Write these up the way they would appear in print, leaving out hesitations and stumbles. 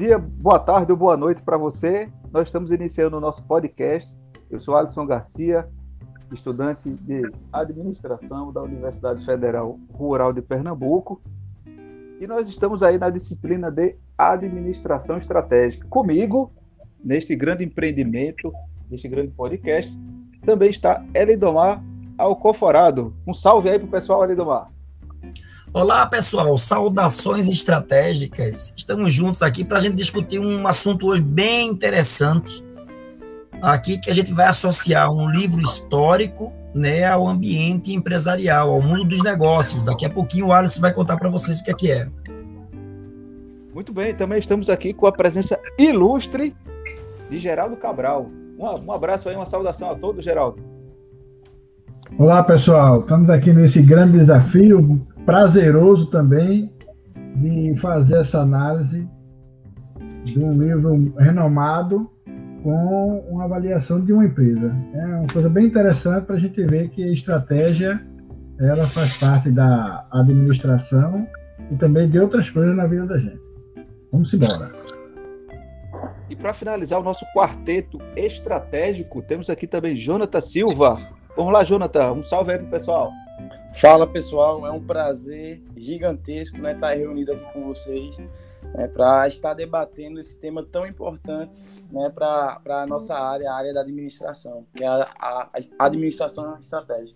dia, boa tarde ou boa noite para você. Nós estamos iniciando o nosso podcast. Eu sou Alisson Garcia, estudante de administração da Universidade Federal Rural de Pernambuco. E nós estamos aí na disciplina de administração estratégica. Comigo, neste grande empreendimento, neste grande podcast, também está Elidomar Alcoforado. Um salve aí para o pessoal, Elidomar. Olá, pessoal. Saudações estratégicas. Estamos juntos aqui para a gente discutir um assunto hoje bem interessante. Aqui que a gente vai associar um livro histórico, né, ao ambiente empresarial, ao mundo dos negócios. Daqui a pouquinho o Alisson vai contar para vocês o que é. Muito bem, também estamos aqui com a presença ilustre de Geraldo Cabral. Um abraço aí, uma saudação a todos, Geraldo. Olá, pessoal. Estamos aqui nesse grande desafio, prazeroso também, de fazer essa análise de um livro renomado com uma avaliação de uma empresa. É uma coisa bem interessante para a gente ver que a estratégia ela faz parte da administração e também de outras coisas na vida da gente. Vamos embora. E para finalizar o nosso quarteto estratégico, temos aqui também Jonathan Silva. Vamos lá, Jonathan, um salve aí pro pessoal. Fala, pessoal, é um prazer gigantesco, né, estar reunido aqui com vocês, né, para estar debatendo esse tema tão importante, né, para a nossa área, a área da administração, que é a administração estratégica.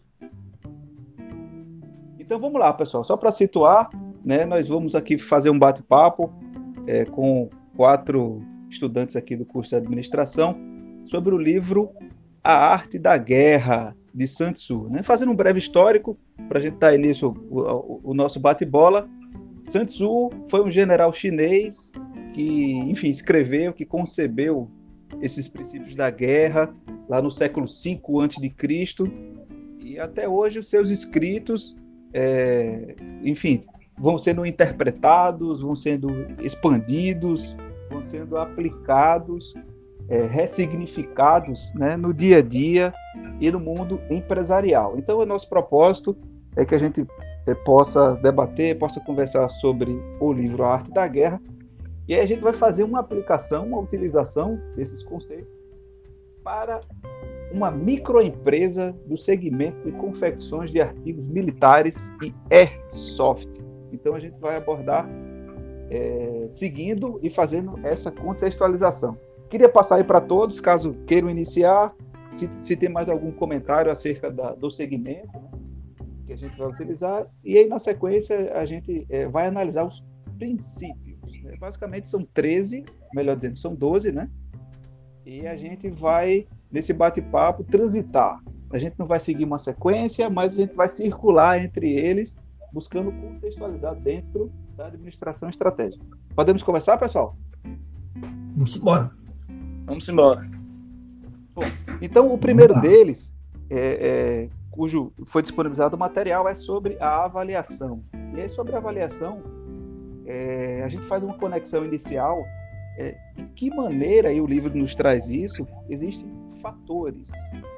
Então vamos lá, pessoal, só para situar, né, nós vamos aqui fazer um bate-papo com 4 estudantes aqui do curso de administração sobre o livro A Arte da Guerra, de Sun Tzu, né? Fazendo um breve histórico, para a gente dar início o nosso bate-bola. Sun Tzu foi um general chinês que, enfim, escreveu, que concebeu esses princípios da guerra lá no século V a.C. e até hoje os seus escritos, enfim, vão sendo interpretados, vão sendo expandidos, vão sendo aplicados, ressignificados, né, no dia a dia e no mundo empresarial. Então, o nosso propósito é que a gente possa debater, possa conversar sobre o livro A Arte da Guerra, e aí a gente vai fazer uma aplicação, uma utilização desses conceitos para uma microempresa do segmento de confecções de artigos militares e airsoft. Então, a gente vai abordar seguindo e fazendo essa contextualização. Queria passar aí para todos, caso queiram iniciar, se tem mais algum comentário acerca do segmento, né, que a gente vai utilizar, e aí na sequência a gente vai analisar os princípios. Né? Basicamente são 13, melhor dizendo, são 12, né? E a gente vai, nesse bate-papo, transitar. A gente não vai seguir uma sequência, mas a gente vai circular entre eles, buscando contextualizar dentro da administração estratégica. Podemos começar, pessoal? Vamos embora. Vamos embora. Bom, então, o primeiro deles, cujo foi disponibilizado o material, é sobre a avaliação. E aí, sobre a avaliação, a gente faz uma conexão inicial. De que maneira, e o livro nos traz isso, existem fatores.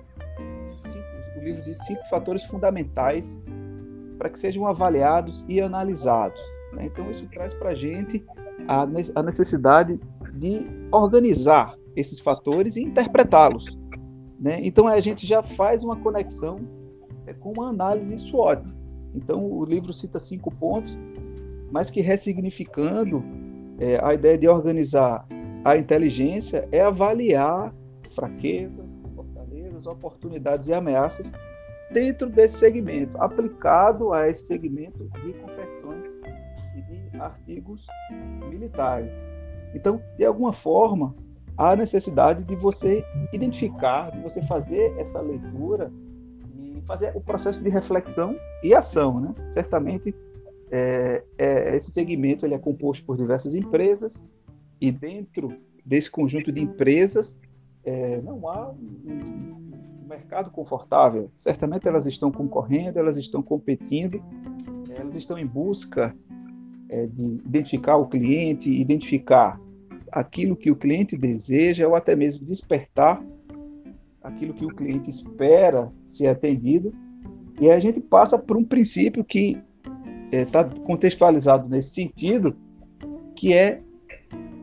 O livro diz 5 fatores fundamentais para que sejam avaliados e analisados. Né? Então, isso traz para a gente a necessidade de organizar esses fatores e interpretá-los. Né? Então, a gente já faz uma conexão com uma análise SWOT. Então, o livro cita 5 pontos, mas que ressignificando a ideia de organizar a inteligência é avaliar fraquezas, fortalezas, oportunidades e ameaças dentro desse segmento, aplicado a esse segmento de confecções e de artigos militares. Então, de alguma forma, há a necessidade de você identificar, de você fazer essa leitura e fazer o processo de reflexão e ação. Né? Certamente, esse segmento ele é composto por diversas empresas e dentro desse conjunto de empresas não há um mercado confortável. Certamente elas estão concorrendo, elas estão competindo, elas estão em busca de identificar o cliente, identificar aquilo que o cliente deseja ou até mesmo despertar aquilo que o cliente espera ser atendido. E aí a gente passa por um princípio que está contextualizado nesse sentido, que é o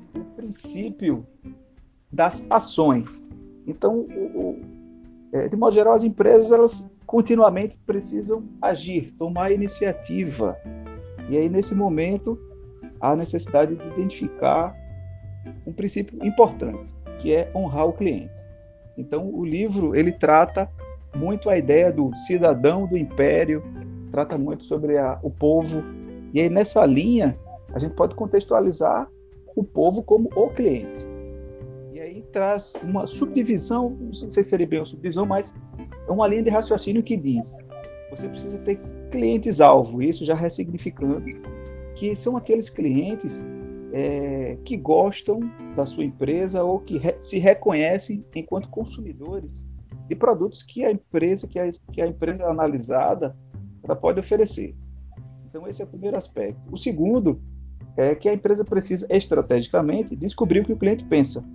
princípio das ações. Então, de modo geral, as empresas elas continuamente precisam agir, tomar iniciativa. E aí, nesse momento, há a necessidade de identificar um princípio importante, que é honrar o cliente. Então, o livro ele trata muito a ideia do cidadão do império, trata muito sobre o povo. E aí, nessa linha, a gente pode contextualizar o povo como o cliente. E aí traz uma subdivisão, não sei se seria bem uma subdivisão, mas é uma linha de raciocínio que diz: você precisa ter clientes-alvo, isso já ressignificando, que são aqueles clientes que gostam da sua empresa ou que se reconhecem enquanto consumidores de produtos que a empresa analisada ela pode oferecer. Então, esse é o primeiro aspecto. O segundo é que a empresa precisa, estrategicamente, descobrir o que o cliente pensa.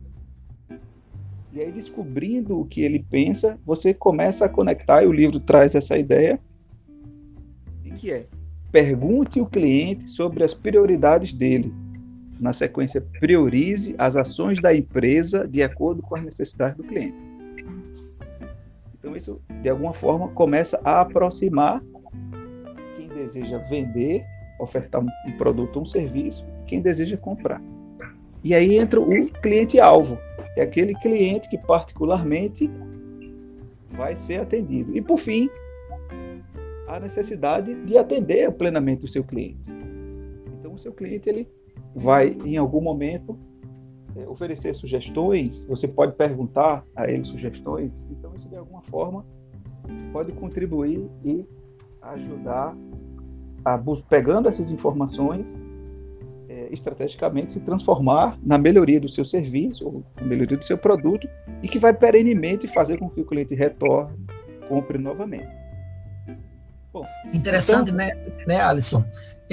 E aí, descobrindo o que ele pensa, você começa a conectar, e o livro traz essa ideia, de que pergunte o cliente sobre as prioridades dele. Na sequência, priorize as ações da empresa de acordo com as necessidades do cliente. Então, isso, de alguma forma, começa a aproximar quem deseja vender, ofertar um produto ou um serviço, quem deseja comprar. E aí entra o cliente-alvo, é aquele cliente que particularmente vai ser atendido. E, por fim, a necessidade de atender plenamente o seu cliente. Então, o seu cliente ele vai, em algum momento, oferecer sugestões, você pode perguntar a ele sugestões. Então, isso, de alguma forma, pode contribuir e ajudar pegando essas informações, estrategicamente se transformar na melhoria do seu serviço ou na melhoria do seu produto e que vai perenemente fazer com que o cliente retorne, compre novamente. Bom, interessante, então, né, Alisson?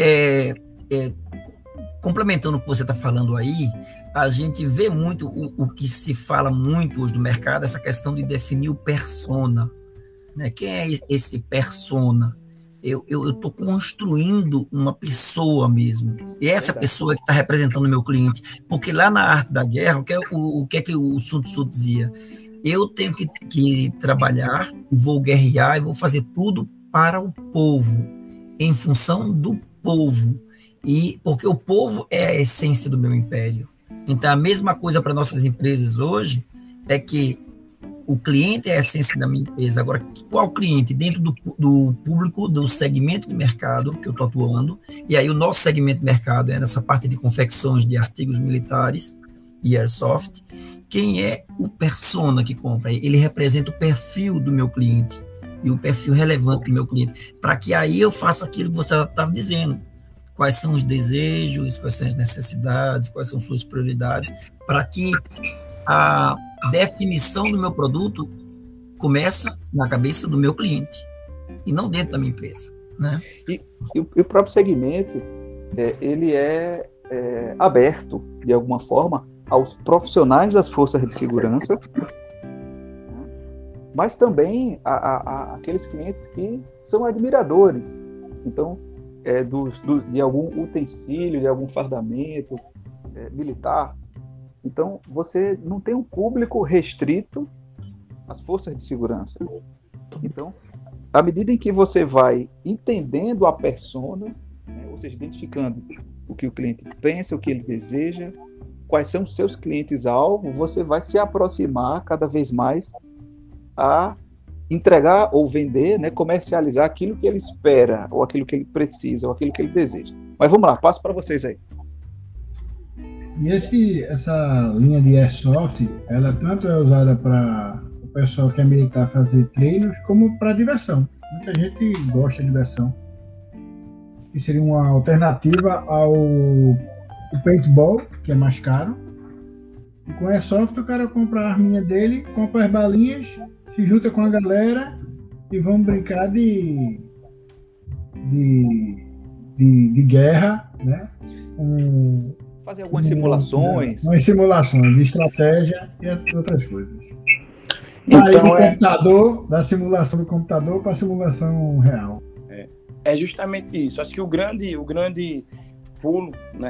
Complementando o que você está falando aí, a gente vê muito o que se fala muito hoje do mercado, essa questão de definir o persona. Né? Quem é esse persona? Eu estou construindo uma pessoa mesmo. E essa pessoa que está representando o meu cliente. Porque lá na Arte da Guerra, o que é que o Sun Tzu dizia? Eu tenho que trabalhar, vou guerrear e vou fazer tudo para o povo, em função do povo. E porque o povo é a essência do meu império. Então, a mesma coisa para nossas empresas hoje é que o cliente é a essência da minha empresa. Agora, qual cliente? Dentro do público, do segmento de mercado que eu estou atuando. E aí, o nosso segmento de mercado é nessa parte de confecções de artigos militares e airsoft. Quem é o persona que compra? Ele representa o perfil do meu cliente e o perfil relevante do meu cliente. Para que aí eu faça aquilo que você estava dizendo. Quais são os desejos, quais são as necessidades, quais são suas prioridades, para que a definição do meu produto começa na cabeça do meu cliente e não dentro da minha empresa. Né? E o próprio segmento, ele é aberto, de alguma forma, aos profissionais das forças de segurança, mas também a aqueles clientes que são admiradores. Então, de algum utensílio, de algum fardamento militar. Então, você não tem um público restrito às forças de segurança. Então, à medida em que você vai entendendo a persona, ou seja, identificando o que o cliente pensa, o que ele deseja, quais são os seus clientes-alvo, você vai se aproximar cada vez mais a entregar ou vender, comercializar aquilo que ele espera, ou aquilo que ele precisa, ou aquilo que ele deseja. Mas vamos lá, passo para vocês aí. E essa linha de airsoft, ela tanto é usada para o pessoal que é militar fazer treinos, como para diversão. Muita gente gosta de diversão. Que seria uma alternativa ao paintball, que é mais caro. E com airsoft o cara compra a arminha dele, compra as balinhas, se junta com a galera e vão brincar de guerra, né? Fazer algumas simulações. Umas simulações de estratégia e outras coisas. Então, aí computador, da simulação do computador para a simulação real. É justamente isso. Acho que o grande pulo, né,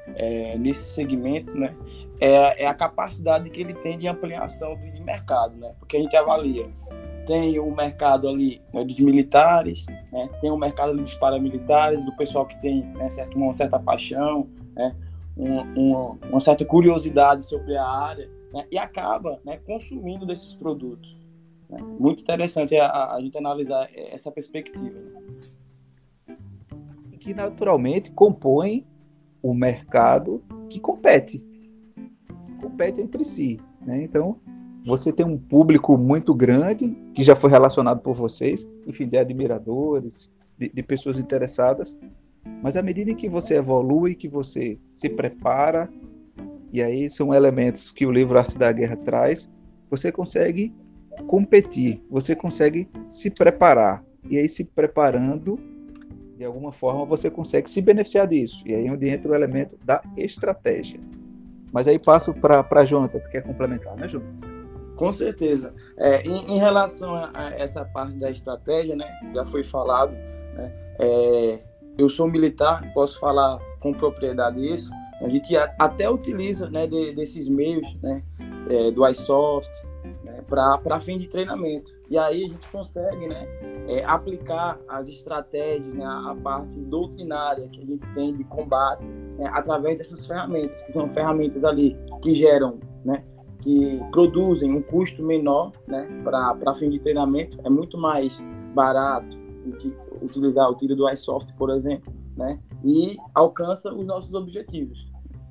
nesse segmento, né, é a capacidade que ele tem de ampliação de mercado, né, porque a gente avalia, tem o mercado ali, né, dos militares, né, tem o mercado ali dos paramilitares, do pessoal que tem, né, uma certa paixão, né, uma certa curiosidade sobre a área, né, e acaba, né, consumindo desses produtos. Né. Muito interessante a gente analisar essa perspectiva. Né. E que naturalmente compõe o mercado que compete entre si. Né? Então, você tem um público muito grande, que já foi relacionado por vocês, enfim, de admiradores, de pessoas interessadas, mas à medida em que você evolui, que você se prepara, e aí são elementos que o livro Arte da Guerra traz, você consegue competir, você consegue se preparar, e aí se preparando, de alguma forma, você consegue se beneficiar disso, e aí é onde entra o elemento da estratégia. Mas aí passo para Jonathan, que quer complementar, né, Jonathan? Com certeza. Em relação a essa parte da estratégia, né, já foi falado, né, eu sou militar, posso falar com propriedade isso, a gente até utiliza, né, desses meios, né, do iSoft, né, para fim de treinamento. E aí a gente consegue, né, aplicar as estratégias, né, a parte doutrinária que a gente tem de combate, né, através dessas ferramentas, que são ferramentas ali que geram, né, que produzem um custo menor, né, para fim de treinamento. É muito mais barato do que utilizar o tiro do iSoft, por exemplo, né, e alcança os nossos objetivos.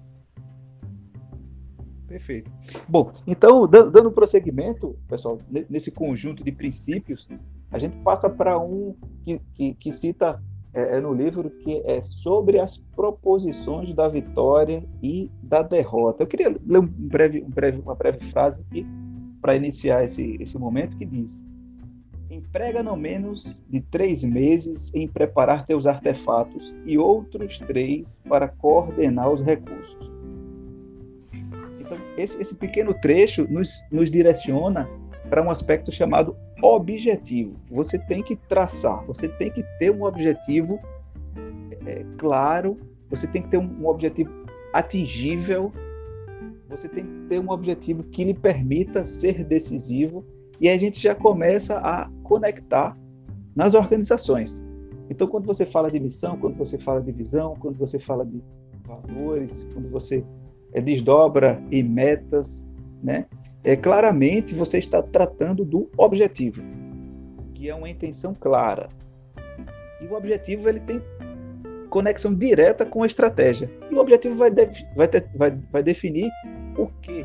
Perfeito. Bom, então, dando prosseguimento, pessoal, nesse conjunto de princípios, a gente passa para um que cita no livro, que é sobre as proposições da vitória e da derrota. Eu queria ler uma breve frase aqui para iniciar esse momento, que diz: emprega não menos de 3 meses em preparar teus artefatos e outros 3 para coordenar os recursos. Então, esse pequeno trecho nos direciona para um aspecto chamado objetivo. Você tem que traçar, você tem que ter um objetivo claro, você tem que ter um objetivo atingível, você tem que ter um objetivo que lhe permita ser decisivo, e aí a gente já começa a conectar nas organizações. Então, quando você fala de missão, quando você fala de visão, quando você fala de valores, quando você desdobra em metas, né? Claramente você está tratando do objetivo, que é uma intenção clara. E o objetivo, ele tem conexão direta com a estratégia. E o objetivo vai definir o que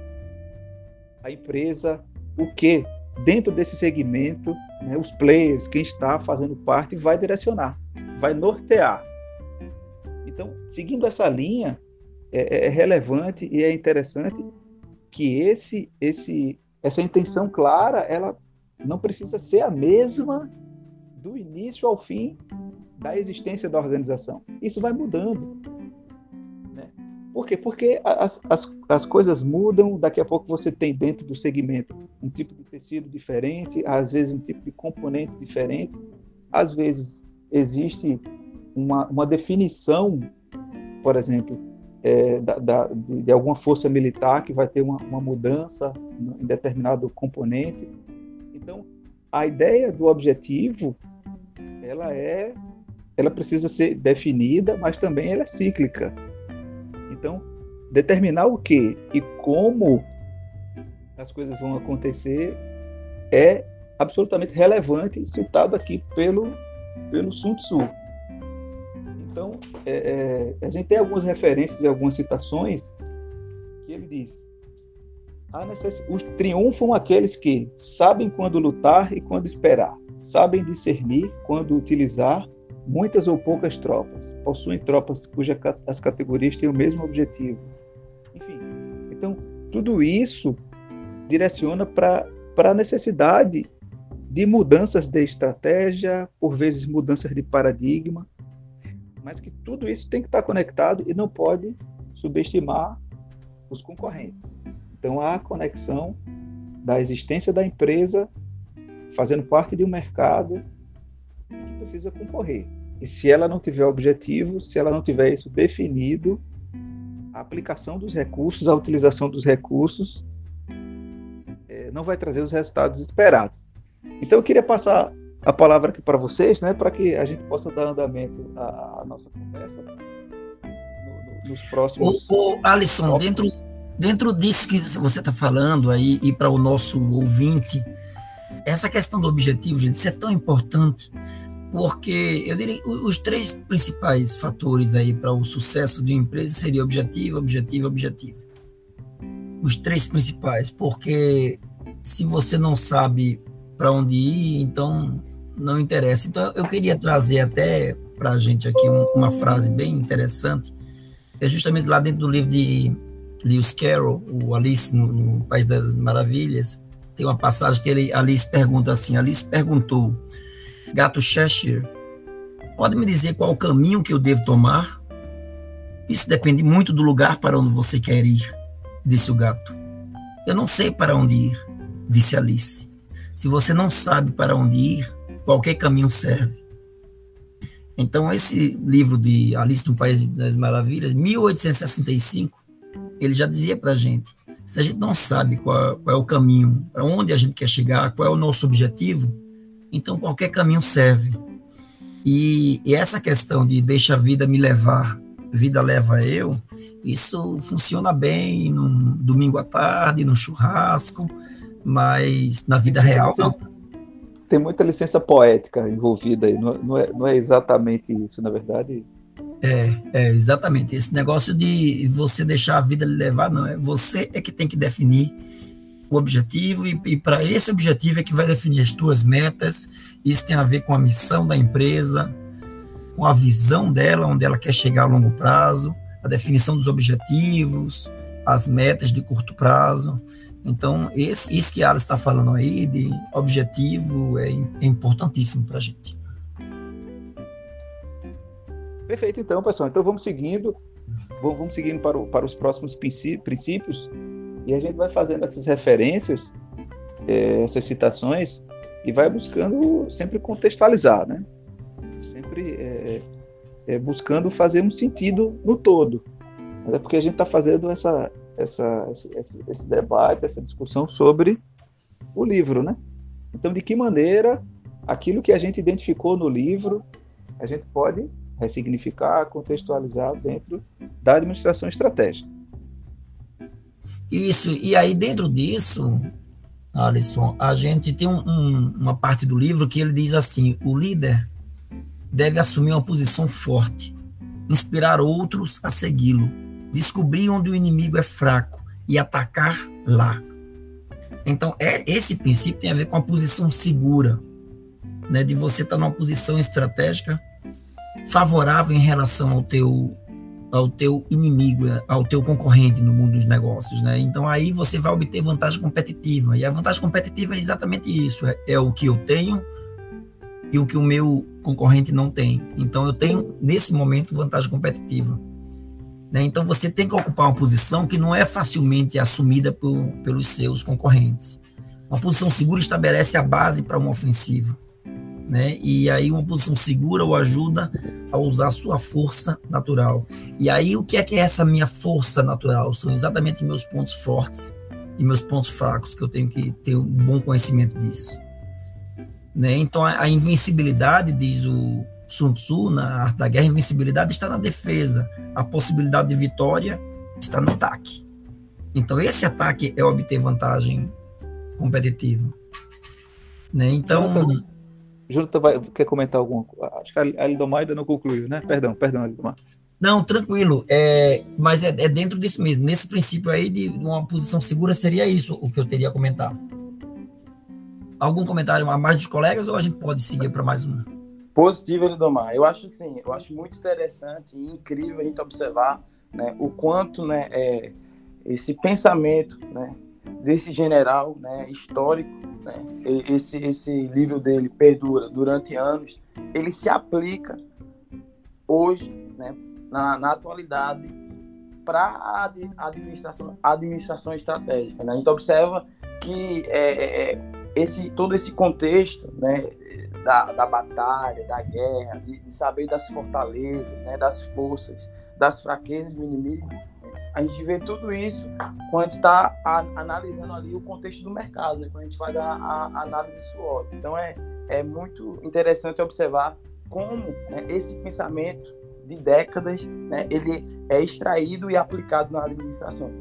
a empresa, o que dentro desse segmento, né, os players, quem está fazendo parte, vai direcionar, vai nortear. Então, seguindo essa linha, é relevante e é interessante que essa intenção clara, ela não precisa ser a mesma do início ao fim da existência da organização. Isso vai mudando. Né? Por quê? Porque as coisas mudam, daqui a pouco você tem dentro do segmento um tipo de tecido diferente, às vezes um tipo de componente diferente, às vezes existe uma definição, por exemplo, de alguma força militar que vai ter uma mudança em determinado componente. Então, a ideia do objetivo, ela precisa ser definida, mas também ela é cíclica. Então, determinar o que e como as coisas vão acontecer é absolutamente relevante, citado aqui pelo Sun Tzu. Então, a gente tem algumas referências e algumas citações que ele diz: os triunfam aqueles que sabem quando lutar e quando esperar, sabem discernir quando utilizar muitas ou poucas tropas, possuem tropas cujas as categorias têm o mesmo objetivo. Enfim, então, tudo isso direciona para a necessidade de mudanças de estratégia, por vezes mudanças de paradigma, mas que tudo isso tem que estar conectado e não pode subestimar os concorrentes. Então, há a conexão da existência da empresa fazendo parte de um mercado que precisa concorrer. E se ela não tiver objetivo, se ela não tiver isso definido, a aplicação dos recursos, a utilização dos recursos não vai trazer os resultados esperados. Então, eu queria passar a palavra aqui para vocês, né, para que a gente possa dar andamento à nossa conversa nos próximos... Alisson, dentro disso que você está falando aí, e para o nosso ouvinte, essa questão do objetivo, gente, isso é tão importante, porque eu diria que os 3 principais fatores aí para o sucesso de uma empresa seria objetivo, objetivo, objetivo. Os 3 principais, porque se você não sabe para onde ir, então não interessa. Então eu queria trazer até para a gente aqui uma frase bem interessante, é justamente lá dentro do livro de Lewis Carroll, o Alice no País das Maravilhas, tem uma passagem que Alice pergunta assim, Alice perguntou: Gato Cheshire, pode me dizer qual o caminho que eu devo tomar? Isso depende muito do lugar para onde você quer ir, disse o gato. Eu não sei para onde ir, disse Alice. Se você não sabe para onde ir, qualquer caminho serve. Então, esse livro de Alice no País das Maravilhas, 1865, ele já dizia para a gente, se a gente não sabe qual é o caminho, para onde a gente quer chegar, qual é o nosso objetivo, então qualquer caminho serve. E essa questão de deixa a vida me levar, vida leva eu, isso funciona bem num domingo à tarde, no churrasco, mas na vida real não. Tem muita licença poética envolvida aí, não é exatamente isso, na verdade. Exatamente. Esse negócio de você deixar a vida lhe levar, não, você é que tem que definir o objetivo, e para esse objetivo é que vai definir as tuas metas. Isso tem a ver com a missão da empresa, com a visão dela, onde ela quer chegar a longo prazo, a definição dos objetivos, as metas de curto prazo. Então, isso que a Alice está falando aí, de objetivo, é importantíssimo para a gente. Perfeito, então, pessoal. Então, vamos seguindo para os próximos princípios, e a gente vai fazendo essas referências, essas citações, e vai buscando sempre contextualizar, né? Sempre buscando fazer um sentido no todo. É porque a gente está fazendo esse debate, essa discussão sobre o livro, né? Então, de que maneira aquilo que a gente identificou no livro a gente pode ressignificar, contextualizar dentro da administração estratégica. Isso, e aí dentro disso, Alisson, a gente tem uma parte do livro que ele diz assim: o líder deve assumir uma posição forte, inspirar outros a segui-lo, descobrir onde o inimigo é fraco e atacar lá. Então, esse princípio tem a ver com a posição segura, né, de você estar numa posição estratégica favorável em relação ao teu inimigo, ao teu concorrente no mundo dos negócios, né? Então, aí você vai obter vantagem competitiva, e a vantagem competitiva é exatamente isso, é o que eu tenho e o que o meu concorrente não tem. Então, eu tenho, nesse momento, vantagem competitiva. Né? Então, você tem que ocupar uma posição que não é facilmente assumida pelos seus concorrentes. Uma posição segura estabelece a base para uma ofensiva. Né? E aí, uma posição segura o ajuda a usar a sua força natural. E aí, o que é essa minha força natural? São exatamente meus pontos fortes e meus pontos fracos, que eu tenho que ter um bom conhecimento disso. Né? Então, a invencibilidade, diz o Sun Tzu, na Arte da Guerra, a invencibilidade está na defesa, a possibilidade de vitória está no ataque. Então, esse ataque é obter vantagem competitiva. Né? Então... Jonathan quer comentar alguma coisa? Acho que a Lindomar ainda não concluiu, né? Perdão, Lindomar. Não, tranquilo. Mas é dentro disso mesmo. Nesse princípio aí de uma posição segura, seria isso o que eu teria a comentar. Algum comentário a mais dos colegas, ou a gente pode seguir para mais um? Positivo, Lindomar. Eu acho muito interessante e incrível a gente observar, né, o quanto, né, esse pensamento, né, desse general, né, histórico, né, esse livro dele perdura durante anos, ele se aplica hoje, né, na atualidade, para a administração estratégica. Né? A gente observa que todo esse contexto, né, da batalha, da guerra, de saber das fortalezas, né, das forças, das fraquezas do inimigo, a gente vê tudo isso quando a gente está analisando ali o contexto do mercado, né? Quando a gente faz a análise SWOT. Então, é muito interessante observar como, né, esse pensamento de décadas, né, ele é extraído e aplicado na administração.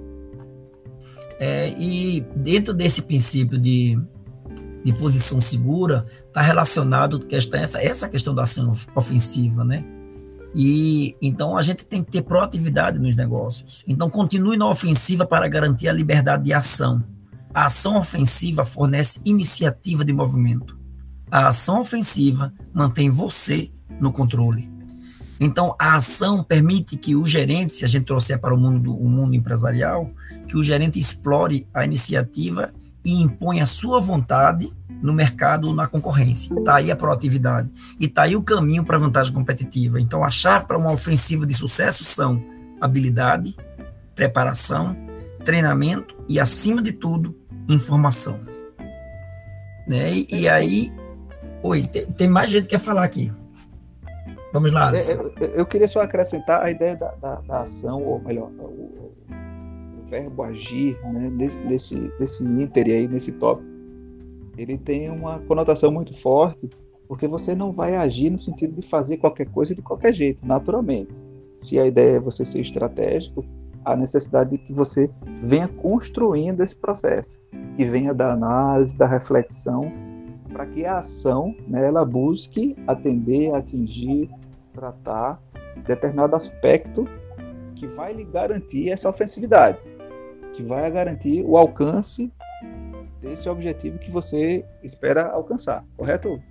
E dentro desse princípio de posição segura, está relacionado essa questão da ação ofensiva, né? E então a gente tem que ter proatividade nos negócios. Então continue na ofensiva para garantir a liberdade de ação. A ação ofensiva fornece iniciativa de movimento. A ação ofensiva mantém você no controle. Então a ação permite que o gerente, se a gente trouxer para o mundo empresarial, que o gerente explore a iniciativa e impõe a sua vontade no mercado, na concorrência. Está aí a proatividade. E está aí o caminho para a vantagem competitiva. Então, a chave para uma ofensiva de sucesso são habilidade, preparação, treinamento e, acima de tudo, informação. Né? E aí... Oi, tem mais gente que quer falar aqui. Vamos lá, Alisson. Eu queria só acrescentar a ideia da ação, ou melhor, o verbo agir, né? Desse íntere aí, nesse tópico. Ele tem uma conotação muito forte, porque você não vai agir no sentido de fazer qualquer coisa de qualquer jeito, naturalmente. Se a ideia é você ser estratégico, há necessidade de que você venha construindo esse processo, que venha da análise, da reflexão, para que a ação, né, ela busque atender, atingir, tratar determinado aspecto que vai lhe garantir essa ofensividade, que vai garantir o alcance desse objetivo que você espera alcançar, correto?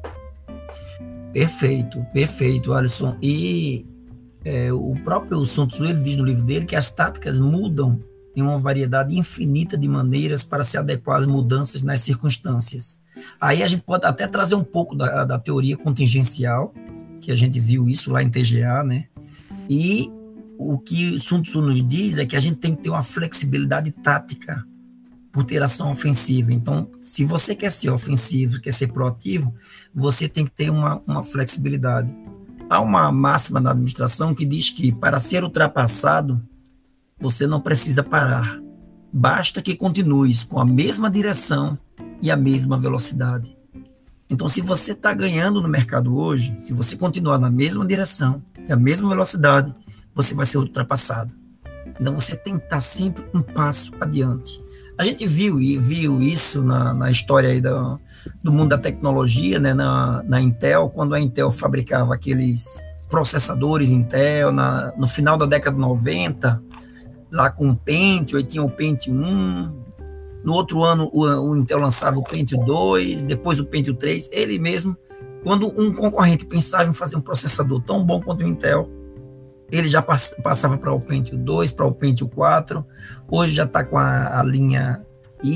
Perfeito, Alisson. E o próprio Sun Tzu, ele diz no livro dele que as táticas mudam em uma variedade infinita de maneiras para se adequar às mudanças nas circunstâncias. Aí a gente pode até trazer um pouco da teoria contingencial, que a gente viu isso lá em TGA, né? E o que Sun Tzu nos diz é que a gente tem que ter uma flexibilidade tática por ter ação ofensiva. Então, se você quer ser ofensivo, quer ser proativo, você tem que ter uma flexibilidade. Há uma máxima na administração que diz que para ser ultrapassado, você não precisa parar. Basta que continues com a mesma direção e a mesma velocidade. Então, se você está ganhando no mercado hoje, se você continuar na mesma direção e a mesma velocidade, você vai ser ultrapassado. Então, você tem que estar sempre um passo adiante. A gente viu isso na história aí do mundo da tecnologia, né, na Intel, quando a Intel fabricava aqueles processadores Intel, no final da década de 90, lá com o Pentium, aí tinha o Pentium 1, no outro ano o Intel lançava o Pentium 2, depois o Pentium 3, ele mesmo, quando um concorrente pensava em fazer um processador tão bom quanto o Intel, ele já passava para o Pentium 2, para o Pentium 4, hoje já está com a linha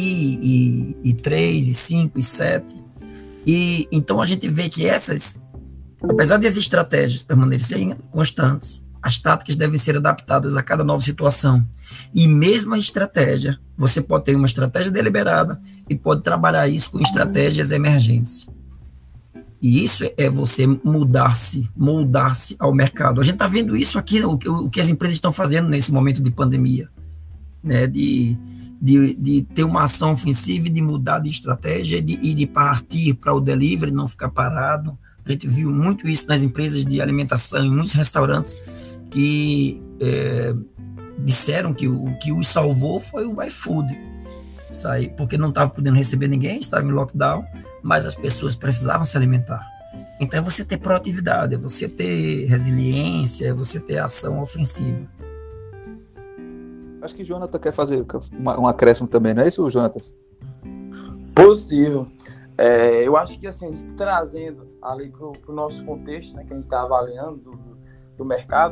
i3, i5, i7, e então a gente vê que essas, apesar das estratégias permanecerem constantes, as táticas devem ser adaptadas a cada nova situação, e mesmo a estratégia, você pode ter uma estratégia deliberada e pode trabalhar isso com estratégias emergentes. E isso é você moldar-se ao mercado. A gente está vendo isso aqui, o que as empresas estão fazendo nesse momento de pandemia, né? De ter uma ação ofensiva, de mudar de estratégia e de partir para o delivery, não ficar parado. A gente viu muito isso nas empresas de alimentação, em muitos restaurantes, que disseram que o que os salvou foi o iFood. Sair, porque não estava podendo receber ninguém, estava em lockdown, mas as pessoas precisavam se alimentar. Então é você ter proatividade, é você ter resiliência, é você ter ação ofensiva. Acho que o Jonathan quer fazer um acréscimo também, não é isso, Jonathan? Positivo. Eu acho que, assim, trazendo ali para o nosso contexto, né, que a gente está avaliando do mercado,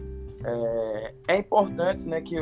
é importante, né, que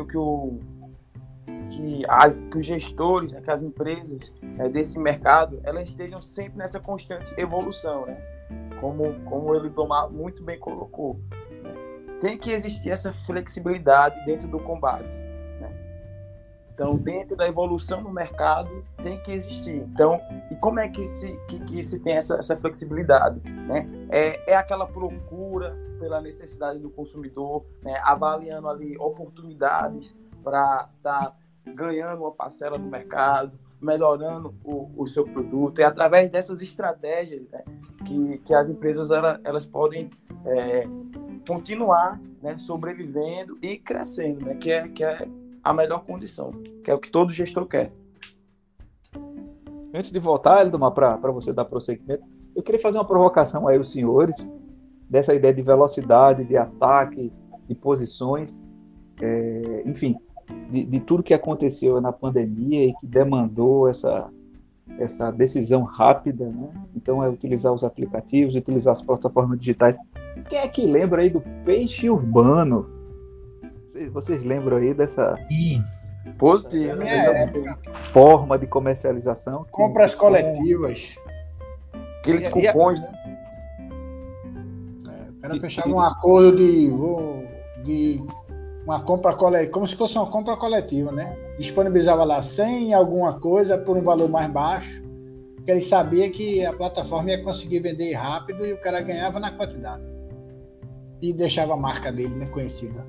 os gestores, né, que as empresas desse mercado, elas estejam sempre nessa constante evolução, né? Como ele muito bem colocou. Né? Tem que existir essa flexibilidade dentro do combate. Né? Então, dentro da evolução no mercado, tem que existir. Então, e como é que se tem essa flexibilidade? Né? é aquela procura pela necessidade do consumidor, né? Avaliando ali oportunidades para estar ganhando uma parcela no mercado, melhorando o seu produto. É através dessas estratégias, né, que as empresas elas podem continuar, né, sobrevivendo e crescendo, né, que é a melhor condição, que é o que todo gestor quer. Antes de voltar, Eldomar, para você dar prosseguimento, eu queria fazer uma provocação aí aos senhores, dessa ideia de velocidade, de ataque, de posições, enfim, de tudo que aconteceu na pandemia e que demandou essa decisão rápida, né? Então, utilizar os aplicativos, utilizar as plataformas digitais. Quem é que lembra aí do peixe urbano? Vocês lembram aí dessa... Positivo. Forma de comercialização. Compras coletivas. Aqueles cupons, né? O cara fechava um acordo de uma compra coletiva, como se fosse uma compra coletiva, né? Disponibilizava lá 100 alguma coisa por um valor mais baixo, porque ele sabia que a plataforma ia conseguir vender rápido e o cara ganhava na quantidade. E deixava a marca dele, né, conhecida.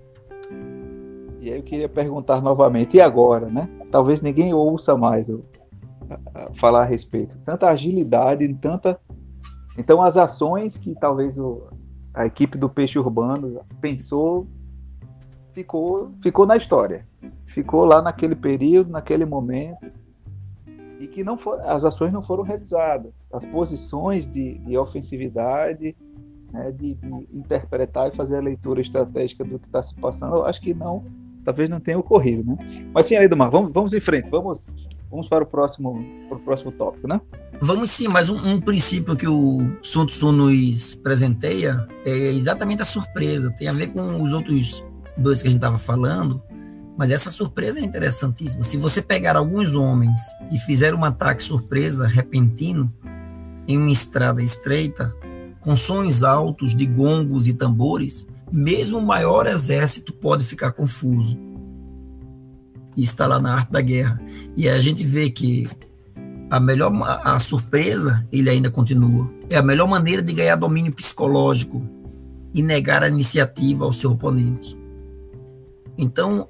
E aí eu queria perguntar novamente, e agora, né? Talvez ninguém ouça mais eu falar a respeito. Tanta agilidade, Então, as ações que talvez a equipe do Peixe Urbano pensou, ficou na história. Ficou lá naquele período, naquele momento, e que as ações não foram revisadas. As posições de ofensividade, né, de interpretar e fazer a leitura estratégica do que está se passando, eu acho que talvez não tenha ocorrido, né? Mas sim, Eldomar, vamos em frente, vamos para o próximo tópico, né? Vamos sim, mas um princípio que o Sun Tzu nos presenteia é exatamente a surpresa. Tem a ver com os outros dois que a gente estava falando, mas essa surpresa é interessantíssima. Se você pegar alguns homens e fizer um ataque surpresa repentino em uma estrada estreita, com sons altos de gongos e tambores, mesmo o maior exército pode ficar confuso. Isso está lá na arte da guerra. E a gente vê que a surpresa, ele ainda continua. É a melhor maneira de ganhar domínio psicológico e negar a iniciativa ao seu oponente. Então,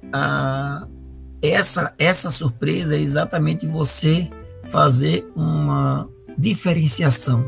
essa surpresa é exatamente você fazer uma diferenciação,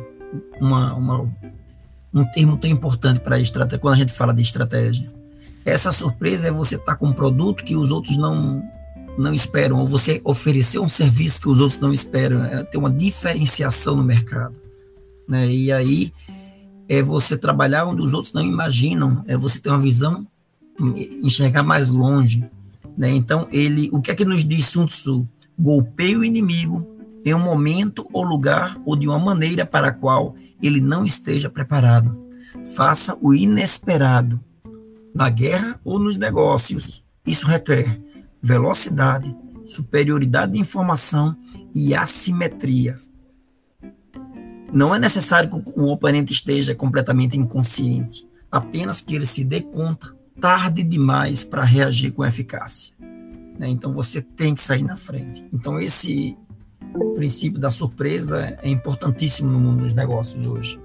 um termo tão importante para a estratégia, quando a gente fala de estratégia. Essa surpresa é você estar com um produto que os outros não esperam, ou você oferecer um serviço que os outros não esperam, é ter uma diferenciação no mercado, né? E aí é você trabalhar onde os outros não imaginam, é você ter uma visão, enxergar mais longe, né? Então, o que é que nos diz Sun Tzu? Golpeie o inimigo em um momento ou lugar ou de uma maneira para a qual ele não esteja preparado. Faça o inesperado, na guerra ou nos negócios. Isso requer velocidade, superioridade de informação e assimetria. Não é necessário que o oponente esteja completamente inconsciente, apenas que ele se dê conta tarde demais para reagir com eficácia, né? Então você tem que sair na frente. Então esse princípio da surpresa é importantíssimo no mundo dos negócios hoje.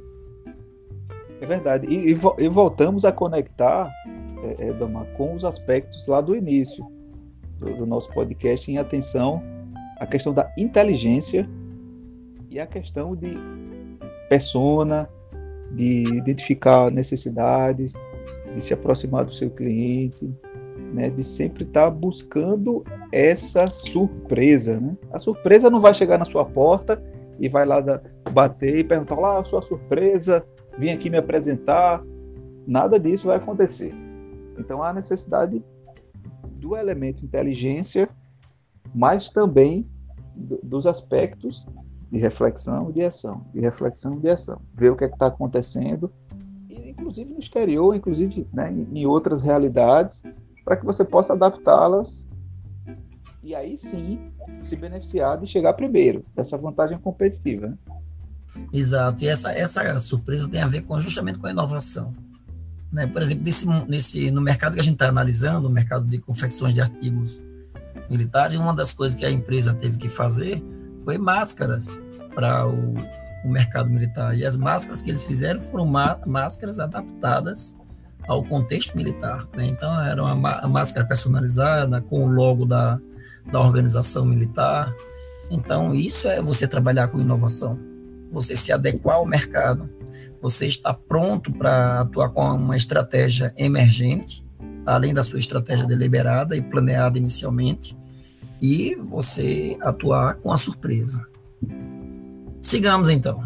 É verdade. E voltamos a conectar, Domar, com os aspectos lá do início do nosso podcast, em atenção à questão da inteligência e a questão de persona, de identificar necessidades, de se aproximar do seu cliente, né, de sempre estar buscando essa surpresa, né? A surpresa não vai chegar na sua porta e vai lá bater e perguntar, lá, sua surpresa, vim aqui me apresentar. Nada disso vai acontecer. Então há necessidade do elemento inteligência, mas também dos aspectos de reflexão e de ação, ver o que é que está acontecendo, inclusive no exterior, inclusive, né, em outras realidades, para que você possa adaptá-las e aí sim se beneficiar de chegar primeiro, dessa vantagem competitiva, né? Exato, e essa surpresa tem a ver justamente com a inovação, né? Por exemplo, no mercado que a gente está analisando, o mercado de confecções de artigos militares, uma das coisas que a empresa teve que fazer foi máscaras para o mercado militar. E as máscaras que eles fizeram foram máscaras adaptadas ao contexto militar, né? Então, era uma máscara personalizada, com o logo da organização militar. Então, isso é você trabalhar com inovação, você se adequar ao mercado, você está pronto para atuar com uma estratégia emergente, além da sua estratégia deliberada e planeada inicialmente, e você atuar com a surpresa. Sigamos, então.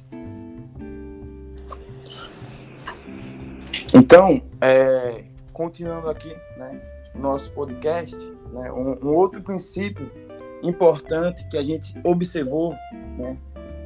Então, continuando aqui, né, no nosso podcast, né, um outro princípio importante que a gente observou, né,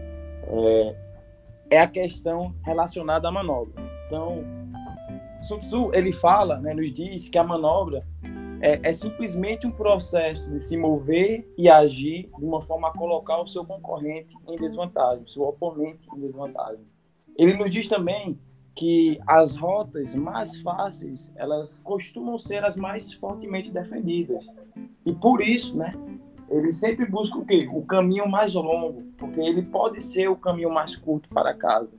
é a questão relacionada à manobra. Então, Sun Tzu, ele fala, né, nos diz que a manobra é simplesmente um processo de se mover e agir de uma forma a colocar o seu concorrente em desvantagem, o seu oponente em desvantagem. Ele nos diz também que as rotas mais fáceis, elas costumam ser as mais fortemente defendidas. E por isso, né, ele sempre busca o quê? O caminho mais longo, porque ele pode ser o caminho mais curto para casa.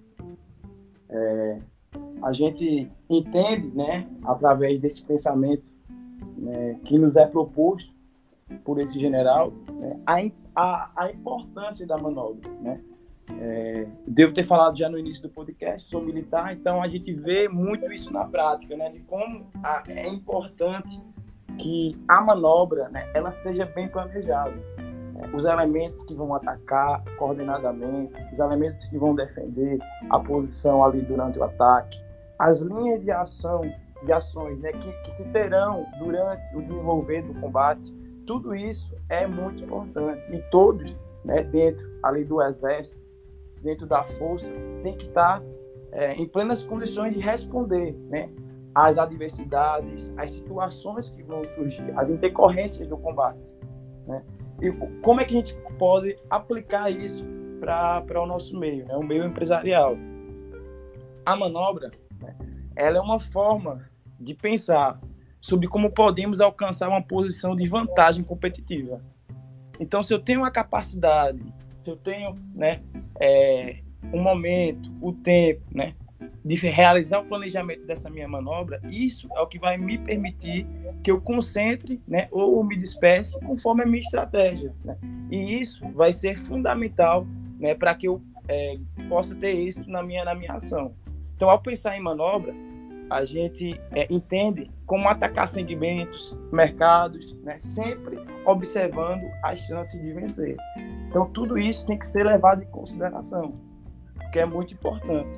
A gente entende, né, através desse pensamento, né, que nos é proposto por esse general, né, a importância da manobra, né? Devo ter falado já no início do podcast, sou militar, então a gente vê muito isso na prática, né, de como é importante que a manobra, né, ela seja bem planejada. Os elementos que vão atacar coordenadamente, os elementos que vão defender a posição ali durante o ataque, as linhas de ações, né, que se terão durante o desenvolver do combate, tudo isso é muito importante. E todos, né, dentro ali do exército, dentro da força, tem que estar em plenas condições de responder, né, às adversidades, às situações que vão surgir, às intercorrências do combate, né? E como é que a gente pode aplicar isso para o nosso meio, né, o meio empresarial? A manobra, né, ela é uma forma de pensar sobre como podemos alcançar uma posição de vantagem competitiva. Então, se eu tenho uma capacidade, se eu tenho, né, um momento, o tempo, né, de realizar o planejamento dessa minha manobra, isso é o que vai me permitir que eu concentre, né, ou me disperse conforme a minha estratégia, né? E isso vai ser fundamental, né, para que eu possa ter êxito na minha ação. Então, ao pensar em manobra, a gente entende como atacar sentimentos, mercados, né, sempre observando as chances de vencer. Então, tudo isso tem que ser levado em consideração, porque é muito importante.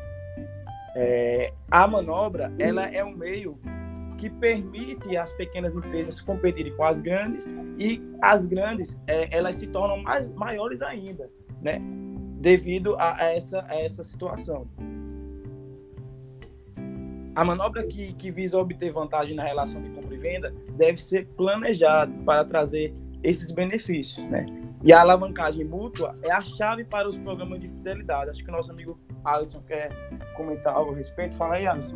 A manobra, ela é um meio que permite às pequenas empresas competirem com as grandes, e as grandes, elas se tornam maiores ainda, né, devido a essa situação. A manobra que visa obter vantagem na relação de compra e venda deve ser planejada para trazer esses benefícios, né? E a alavancagem mútua é a chave para os programas de fidelidade. Acho que o nosso amigo Alisson quer comentar algo a respeito. Fala aí, Alisson.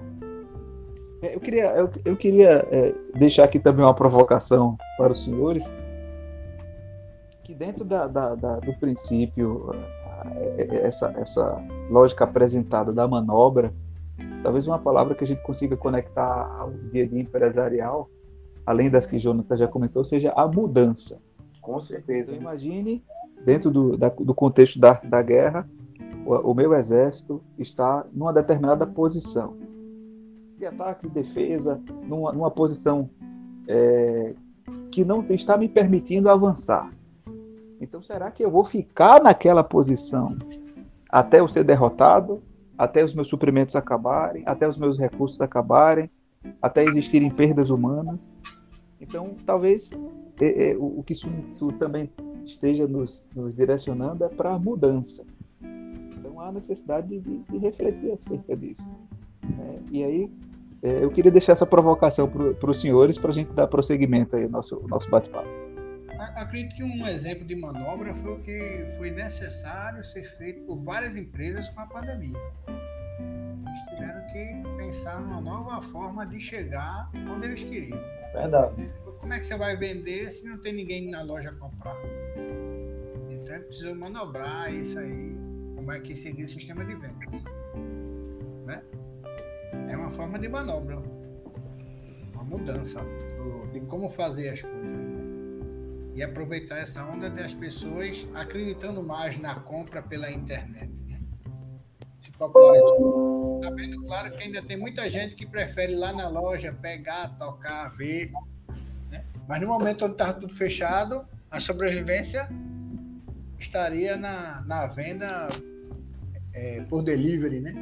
Eu queria deixar aqui também uma provocação para os senhores, que dentro do princípio, essa lógica apresentada da manobra, talvez uma palavra que a gente consiga conectar ao dia a dia empresarial, além das que Jonathan já comentou, seja a mudança. Com certeza. Então, imagine, dentro do contexto da arte da guerra, o meu exército está numa determinada posição de ataque e defesa, numa posição que não está me permitindo avançar. Então, será que eu vou ficar naquela posição até eu ser derrotado, até os meus suprimentos acabarem, até os meus recursos acabarem, até existirem perdas humanas? Então, talvez o que Sun Tzu também esteja nos direcionando é para a mudança. Então, há necessidade de refletir acerca disso. E aí, eu queria deixar essa provocação para os senhores, para a gente dar prosseguimento aí ao nosso bate-papo. Acredito que um exemplo de manobra foi o que foi necessário ser feito por várias empresas com a pandemia. Eles tiveram que pensar numa nova forma de chegar onde eles queriam. Verdade. Como é que você vai vender se não tem ninguém na loja a comprar? Então, precisa manobrar isso aí, como é que seria o sistema de vendas, né? É uma forma de manobra, uma mudança de como fazer as coisas, né? E aproveitar essa onda das pessoas acreditando mais na compra pela internet, né? Se popularizou. Tá vendo, claro que ainda tem muita gente que prefere ir lá na loja pegar, tocar, ver, né? Mas no momento onde estava tudo fechado, a sobrevivência estaria na venda por delivery, né?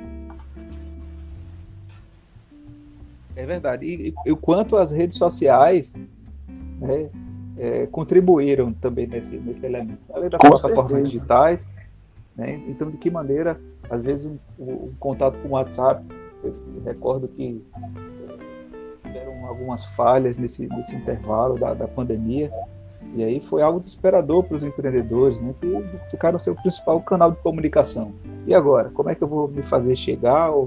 É verdade. E o quanto as redes sociais, né, contribuíram também nesse elemento. Além das plataformas digitais, né? Então, de que maneira, às vezes, um contato com o WhatsApp, eu recordo que tiveram algumas falhas nesse intervalo da pandemia, e aí foi algo desesperador para os empreendedores, né, que ficaram seu principal canal de comunicação. E agora, como é que eu vou me fazer chegar ou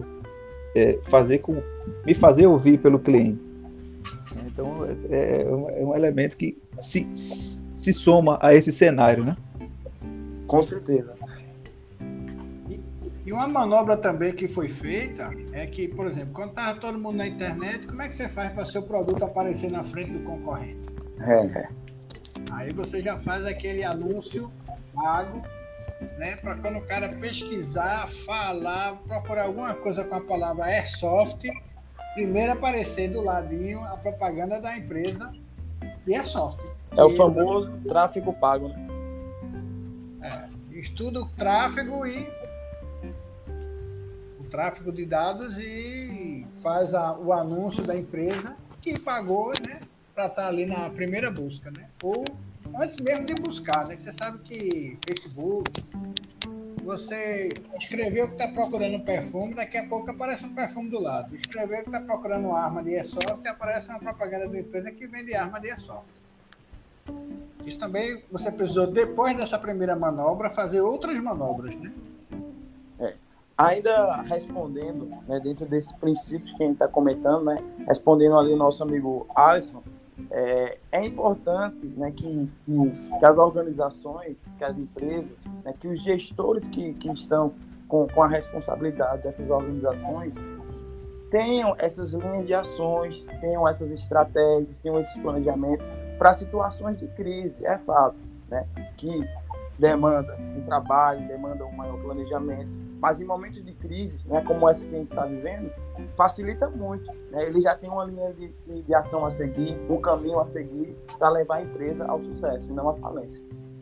me fazer ouvir pelo cliente? Então, é um elemento que se soma a esse cenário, né? Com certeza. E uma manobra também que foi feita é que, por exemplo, quando estava todo mundo na internet, como é que você faz para seu produto aparecer na frente do concorrente? Aí você já faz aquele anúncio pago, né, para quando o cara pesquisar, falar, procurar alguma coisa com a palavra Airsoft, primeiro aparecer do ladinho a propaganda da empresa e Airsoft. É o famoso tráfego pago, né? Estuda o tráfego tráfego de dados e faz o anúncio da empresa que pagou, né, para estar ali na primeira busca, né? Ou antes mesmo de buscar, né? Você sabe que Facebook, você escreveu que está procurando um perfume, daqui a pouco aparece um perfume do lado. Escreveu que está procurando uma arma de airsoft e aparece uma propaganda da empresa que vende arma de airsoft. Isso também você precisou, depois dessa primeira manobra, fazer outras manobras, né? Ainda respondendo, né, dentro desse princípio que a gente está comentando, né, respondendo ali o nosso amigo Alisson, é importante, né, que as organizações, que as empresas, né, que os gestores que estão com a responsabilidade dessas organizações tenham essas linhas de ações, tenham essas estratégias, tenham esses planejamentos para situações de crise. É fato, né, que demanda um trabalho, demanda um maior planejamento, mas em momentos de crise, né, como essa que a gente está vivendo, facilita muito, né? Ele já tem uma linha de ação a seguir, um caminho a seguir para levar a empresa ao sucesso e não à falência.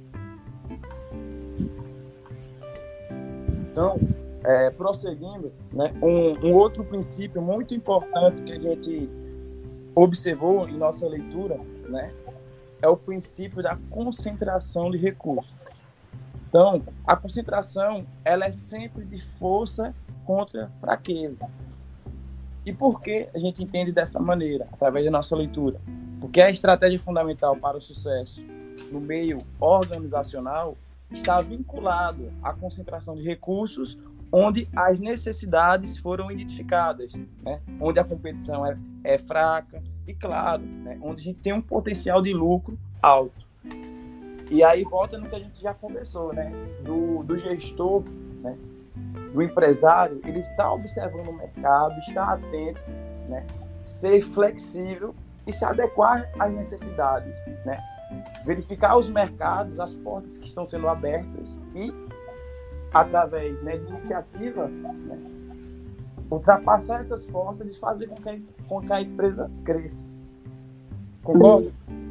Então, prosseguindo, né, um outro princípio muito importante que a gente observou em nossa leitura, né, é o princípio da concentração de recursos. Então, a concentração, ela é sempre de força contra fraqueza. E por que a gente entende dessa maneira, através da nossa leitura? Porque a estratégia fundamental para o sucesso no meio organizacional está vinculado à concentração de recursos onde as necessidades foram identificadas, né? Onde a competição é fraca e, claro, né, onde a gente tem um potencial de lucro alto. E aí volta no que a gente já conversou, né? Do gestor, né? Do empresário, ele está observando o mercado, está atento, né? Ser flexível e se adequar às necessidades, né? Verificar os mercados, as portas que estão sendo abertas e, através, né, de iniciativa, né, ultrapassar essas portas e fazer com que a empresa cresça. Concorda?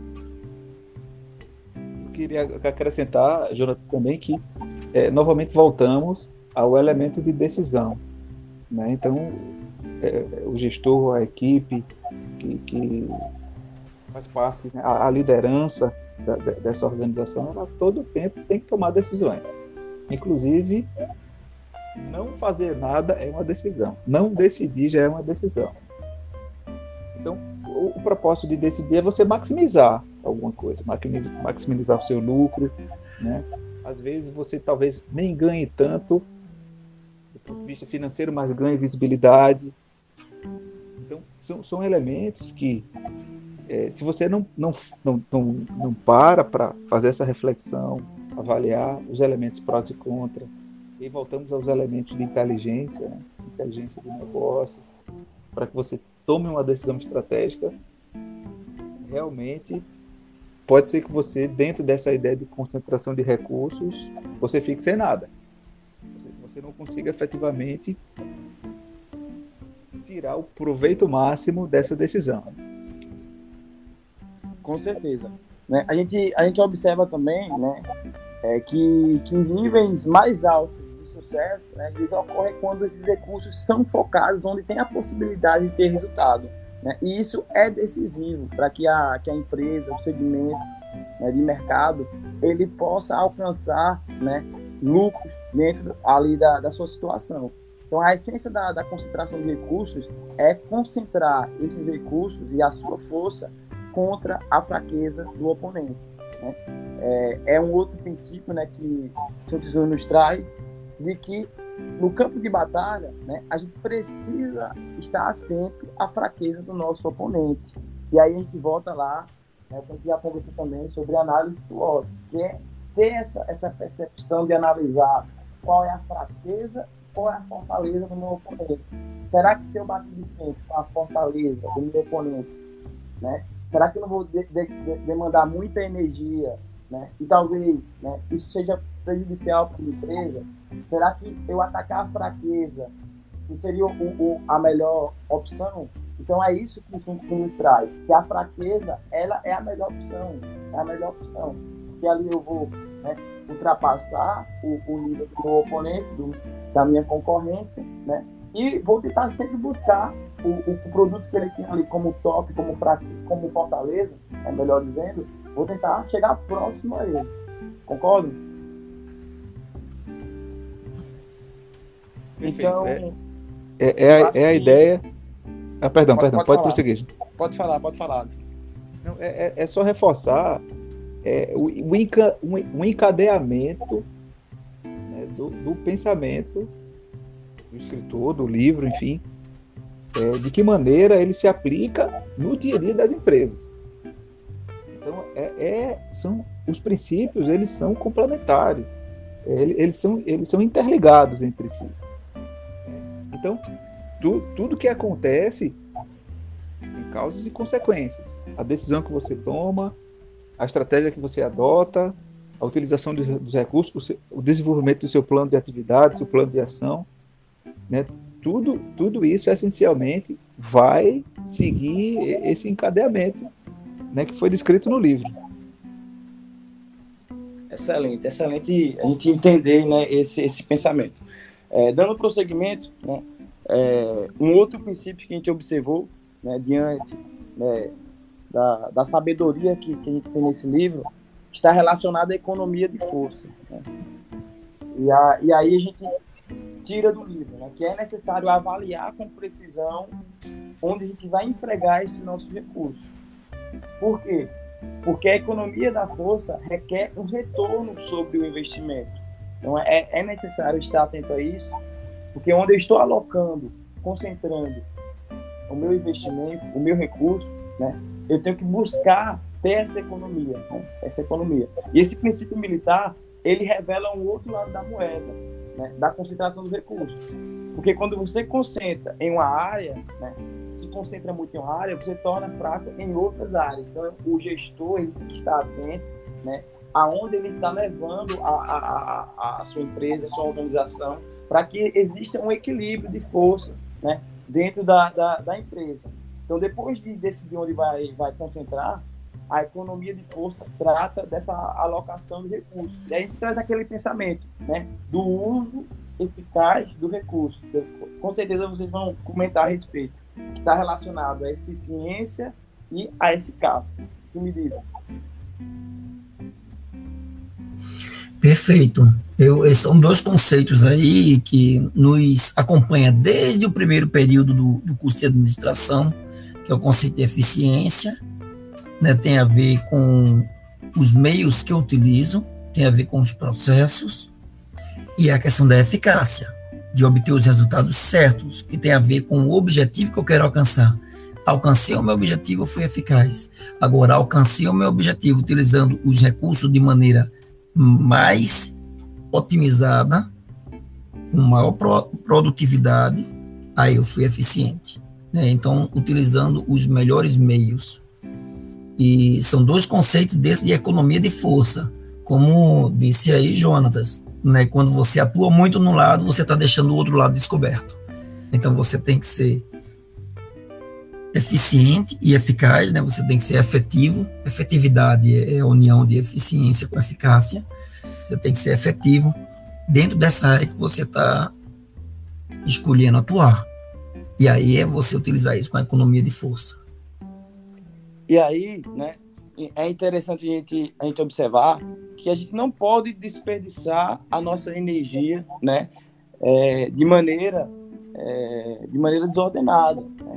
Queria acrescentar, Jonathan, também que novamente voltamos ao elemento de decisão, né? Então, o gestor, a equipe que faz parte, né, a liderança dessa organização, ela todo o tempo tem que tomar decisões. Inclusive, não fazer nada é uma decisão. Não decidir já é uma decisão. Então, o propósito de decidir é você maximizar alguma coisa, maximizar o seu lucro, né? Às vezes você talvez nem ganhe tanto do ponto de vista financeiro, mas ganhe visibilidade. Então, são elementos que, se você não para fazer essa reflexão, avaliar os elementos prós e contra, E aí voltamos aos elementos de inteligência, né? Inteligência de negócios, para que você tome uma decisão estratégica. Realmente, pode ser que você, dentro dessa ideia de concentração de recursos, você fique sem nada. Você não consiga efetivamente tirar o proveito máximo dessa decisão. Com certeza. Né? A gente observa também, né, que os níveis mais altos de sucesso, né, eles ocorrem quando esses recursos são focados onde tem a possibilidade de ter resultado. Né? E isso é decisivo para que a empresa, o segmento, né, de mercado, ele possa alcançar, né, lucros dentro ali da sua situação. Então, a essência da concentração de recursos é concentrar esses recursos e a sua força contra a fraqueza do oponente. Né? É um outro princípio, né, que o Sun Tzu nos traz, de que no campo de batalha, né, a gente precisa estar atento à fraqueza do nosso oponente. E aí a gente volta lá, né, a gente já conversou também sobre análise SWOT, que é ter essa percepção de analisar qual é a fraqueza, qual é a fortaleza do meu oponente. Será que se eu bater de frente com a fortaleza do meu oponente, né, será que eu não vou demandar muita energia, né, e talvez, né, isso seja prejudicial para a empresa? Será que eu atacar a fraqueza não seria a melhor opção? Então é isso que o Sun Tzu nos traz, que a fraqueza, ela é a melhor opção, porque ali eu vou, né, ultrapassar o nível do meu oponente, da minha concorrência, né, e vou tentar sempre buscar o produto que ele tem ali como top, como fortaleza, melhor dizendo, vou tentar chegar próximo a ele. Concordo? Perfeito. Então, é a ideia. Perdão, pode prosseguir. Pode falar. Não, é só reforçar o encadeamento, né, do pensamento do escritor, do livro, enfim, de que maneira ele se aplica no dia a dia das empresas. Então, são os princípios, eles são complementares, eles são interligados entre si. Então, tudo que acontece tem causas e consequências. A decisão que você toma, a estratégia que você adota, a utilização dos recursos, o desenvolvimento do seu plano de atividade, seu plano de ação, né? Tudo isso, essencialmente, vai seguir esse encadeamento, né, que foi descrito no livro. Excelente a gente entender, né, esse pensamento. Dando prosseguimento, né, um outro princípio que a gente observou, né, diante, né, da sabedoria que a gente tem nesse livro, está relacionado à economia de força. Né? E aí a gente tira do livro, né, que é necessário avaliar com precisão onde a gente vai empregar esse nosso recurso. Por quê? Porque a economia da força requer um retorno sobre o investimento. Então é necessário estar atento a isso, porque onde eu estou alocando, concentrando o meu investimento, o meu recurso, né, eu tenho que buscar ter essa economia, né, E esse princípio militar, ele revela um outro lado da moeda, né, da concentração dos recursos. Porque quando você concentra em uma área, né, se concentra muito em uma área, você torna fraco em outras áreas. Então, o gestor, ele tem que estar atento, né, aonde ele está levando a sua empresa, a sua organização, para que exista um equilíbrio de força, né, dentro da empresa. Então, depois de decidir onde vai concentrar, a economia de força trata dessa alocação de recursos. E aí a gente traz aquele pensamento, né, do uso eficaz do recurso. Com certeza vocês vão comentar a respeito, que está relacionado à eficiência e à eficácia. O que me dizem? Perfeito. Esses são dois conceitos aí que nos acompanha desde o primeiro período do curso de administração, que é o conceito de eficiência, né, tem a ver com os meios que eu utilizo, tem a ver com os processos, e a questão da eficácia, de obter os resultados certos, que tem a ver com o objetivo que eu quero alcançar. Alcancei o meu objetivo, fui eficaz. Agora, alcancei o meu objetivo utilizando os recursos de maneira mais otimizada, com maior produtividade, aí eu fui eficiente, né? Então, utilizando os melhores meios. E são dois conceitos desses de economia de força, como disse aí Jonatas, né? Quando você atua muito num lado, você está deixando o outro lado descoberto. Então, você tem que ser eficiente e eficaz, né? Você tem que ser efetivo. Efetividade é a união de eficiência com eficácia. Você tem que ser efetivo dentro dessa área que você está escolhendo atuar. E aí é você utilizar isso com a economia de força. E aí, né, é interessante a gente observar que a gente não pode desperdiçar a nossa energia, né, de maneira desordenada, né?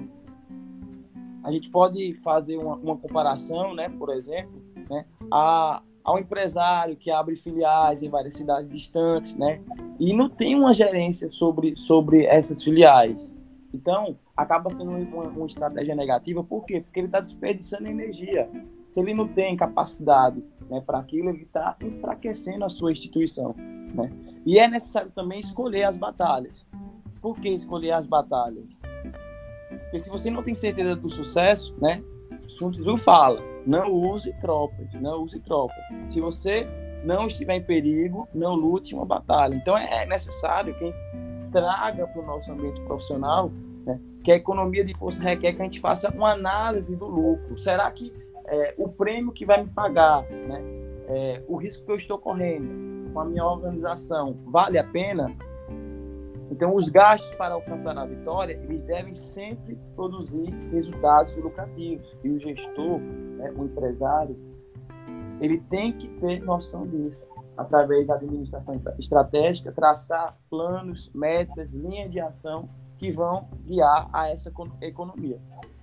A gente pode fazer uma comparação, né, por exemplo, né, ao empresário que abre filiais em várias cidades distantes, né, e não tem uma gerência sobre essas filiais. Então, acaba sendo uma estratégia negativa. Por quê? Porque ele está desperdiçando energia. Se ele não tem capacidade, né, para aquilo, ele está enfraquecendo a sua instituição, né? E é necessário também escolher as batalhas. Por que escolher as batalhas? Porque se você não tem certeza do sucesso, né, Sun Tzu fala, não use tropas, não use tropas. Se você não estiver em perigo, não lute uma batalha. Então é necessário que a gente traga para o nosso ambiente profissional, né, que a economia de força requer que a gente faça uma análise do lucro. Será que o prêmio que vai me pagar, né, o risco que eu estou correndo com a minha organização, vale a pena? Então, os gastos para alcançar a vitória, eles devem sempre produzir resultados lucrativos. E o gestor, né, o empresário, ele tem que ter noção disso. Através da administração estratégica, traçar planos, metas, linhas de ação que vão guiar a essa economia.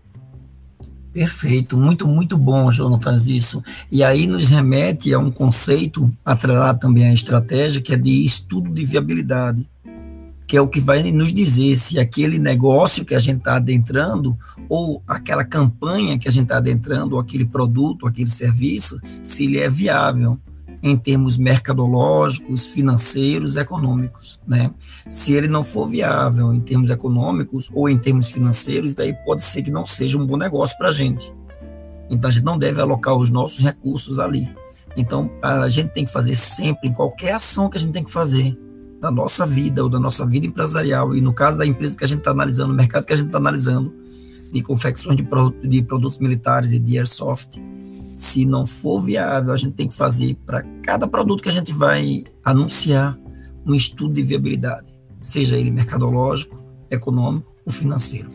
Perfeito, muito, muito bom, Jonatas, isso. E aí nos remete a um conceito atrelado também à estratégia, que é de estudo de viabilidade, que é o que vai nos dizer se aquele negócio que a gente está adentrando, ou aquela campanha que a gente está adentrando, ou aquele produto, ou aquele serviço, se ele é viável em termos mercadológicos, financeiros, econômicos, né? Se ele não for viável em termos econômicos ou em termos financeiros, daí pode ser que não seja um bom negócio para a gente. Então, a gente não deve alocar os nossos recursos ali. Então, a gente tem que fazer sempre, em qualquer ação que a gente tem que fazer, da nossa vida ou da nossa vida empresarial, e no caso da empresa que a gente está analisando, o mercado que a gente está analisando, de confecções de produtos militares e de airsoft, se não for viável, a gente tem que fazer para cada produto que a gente vai anunciar um estudo de viabilidade, seja ele mercadológico, econômico ou financeiro.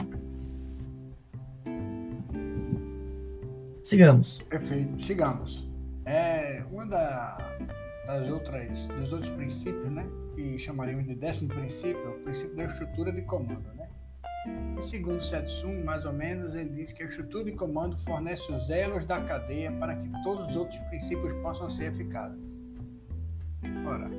Sigamos. Perfeito, sigamos. Dos outros princípios, né, que chamaríamos de 10º princípio, é o princípio da estrutura de comando, né? E segundo Setsun, mais ou menos, ele diz que a estrutura de comando fornece os elos da cadeia para que todos os outros princípios possam ser eficazes. Ora,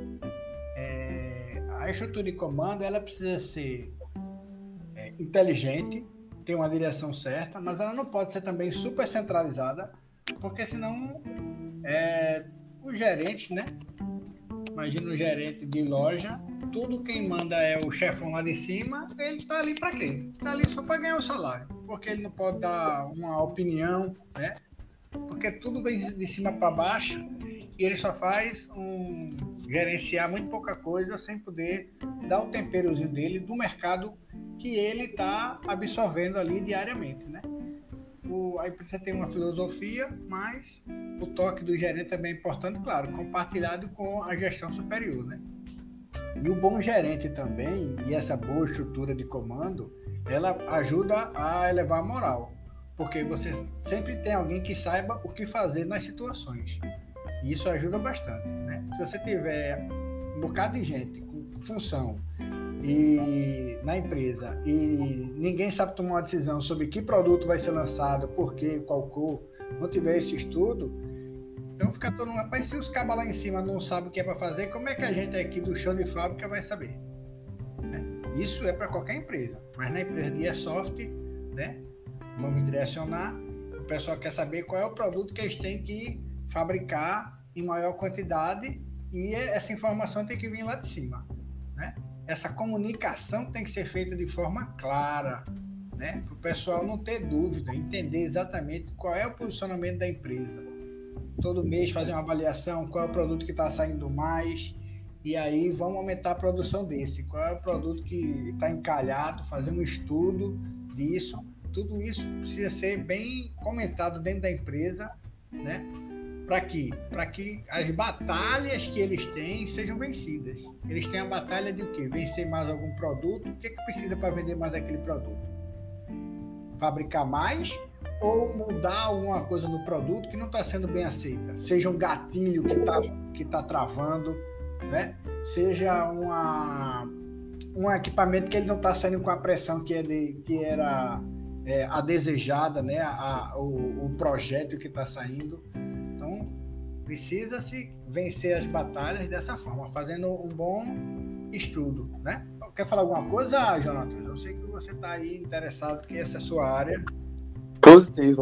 a estrutura de comando, ela precisa ser inteligente, ter uma direção certa, mas ela não pode ser também super centralizada, porque senão o gerente, né? Imagina um gerente de loja, tudo quem manda é o chefão lá de cima, ele está ali para quê? Está ali só para ganhar o salário, porque ele não pode dar uma opinião, né? Porque tudo vem de cima para baixo e ele só faz gerenciar muito pouca coisa sem poder dar o temperozinho dele do mercado que ele está absorvendo ali diariamente, né? A empresa tem uma filosofia, mas o toque do gerente também é importante, claro, compartilhado com a gestão superior, né? E o bom gerente também, e essa boa estrutura de comando, ela ajuda a elevar a moral, porque você sempre tem alguém que saiba o que fazer nas situações. E isso ajuda bastante, né? Se você tiver um bocado de gente com função na empresa e ninguém sabe tomar uma decisão sobre que produto vai ser lançado, por quê, qual cor, não tiver esse estudo, então fica todo mundo, rapaz, se os cabas lá em cima não sabem o que é para fazer, como é que a gente aqui do chão de fábrica vai saber? Né? Isso é para qualquer empresa, mas na empresa de airsoft, né, vamos direcionar, o pessoal quer saber qual é o produto que eles têm que fabricar em maior quantidade e essa informação tem que vir lá de cima, né? essa comunicação tem que ser feita de forma clara, né? Para o pessoal não ter dúvida, entender exatamente qual é o posicionamento da empresa. Todo mês fazer uma avaliação, qual é o produto que está saindo mais, e aí vamos aumentar a produção desse. Qual é o produto que está encalhado, fazer um estudo disso. Tudo isso precisa ser bem comentado dentro da empresa, né? Para quê? Para que as batalhas que eles têm sejam vencidas. Eles têm a batalha de o quê? Vencer mais algum produto. O que precisa para vender mais aquele produto? Fabricar mais ou mudar alguma coisa no produto que não está sendo bem aceita? Seja um gatilho que tá travando, né? Seja um equipamento que ele não está saindo com a pressão que era a desejada, né? O projeto que está saindo. Então, precisa-se vencer as batalhas dessa forma, fazendo um bom estudo, né? Quer falar alguma coisa, Jonathan? Eu sei que você está aí interessado, que essa é a sua área. Positivo.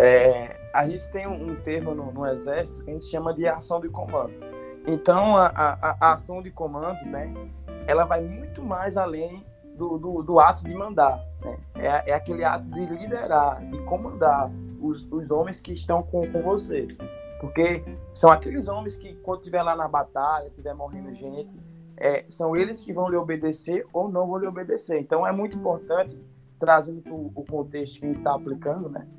A gente tem um termo no Exército que a gente chama de ação de comando. Então, a ação de comando, né, ela vai muito mais além do ato de mandar, né? É aquele ato de liderar, de comandar os homens que estão com você. Porque são aqueles homens que, quando estiver lá na batalha, estiver morrendo gente, são eles que vão lhe obedecer ou não vão lhe obedecer. Então, é muito importante, trazendo o contexto que a gente está aplicando, né?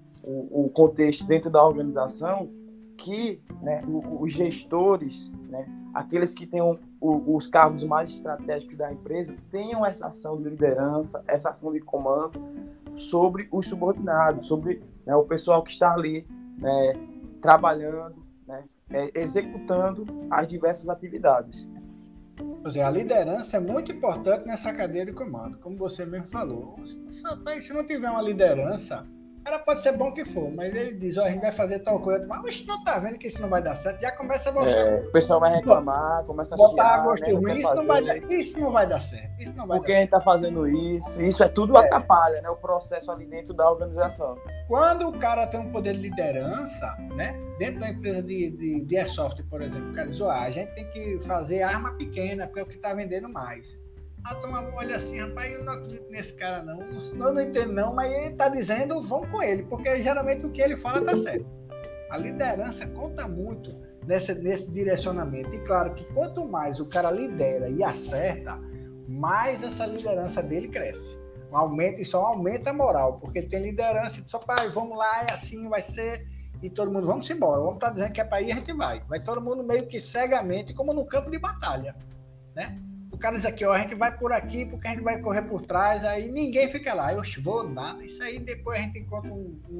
O contexto dentro da organização, que, né, os gestores, né, aqueles que têm os cargos mais estratégicos da empresa, tenham essa ação de liderança, essa ação de comando sobre os subordinados, sobre, né, o pessoal que está ali, né, trabalhando, né, executando as diversas atividades. Pois é, a liderança é muito importante nessa cadeia de comando, como você mesmo falou. Se não tiver uma liderança, ela pode ser bom que for, mas ele diz, a gente vai fazer tal coisa, mas não tá vendo que isso não vai dar certo, já começa a botar. O pessoal vai reclamar, começa a botar gosto ruim, isso não vai dar certo. Porque a gente tá fazendo isso é tudo atrapalha, né, o processo ali dentro da organização. Quando o cara tem um poder de liderança, né, dentro da empresa de airsoft, por exemplo, o cara diz, a gente tem que fazer arma pequena, porque é o que tá vendendo mais. A turma olha assim, rapaz, eu não acredito nesse cara não, eu não entendo não, mas ele tá dizendo, vão com ele, porque geralmente o que ele fala tá certo. A liderança conta muito nesse direcionamento, e claro que quanto mais o cara lidera e acerta, mais essa liderança dele cresce. Isso aumenta a moral, porque tem liderança, só para vamos lá, é assim, vai ser, e todo mundo, vamos embora, vamos estar dizendo que é para ir, a gente vai todo mundo meio que cegamente, como no campo de batalha, né? O cara diz aqui, a gente vai por aqui porque a gente vai correr por trás, aí ninguém fica lá, eu vou nada, isso aí depois a gente encontra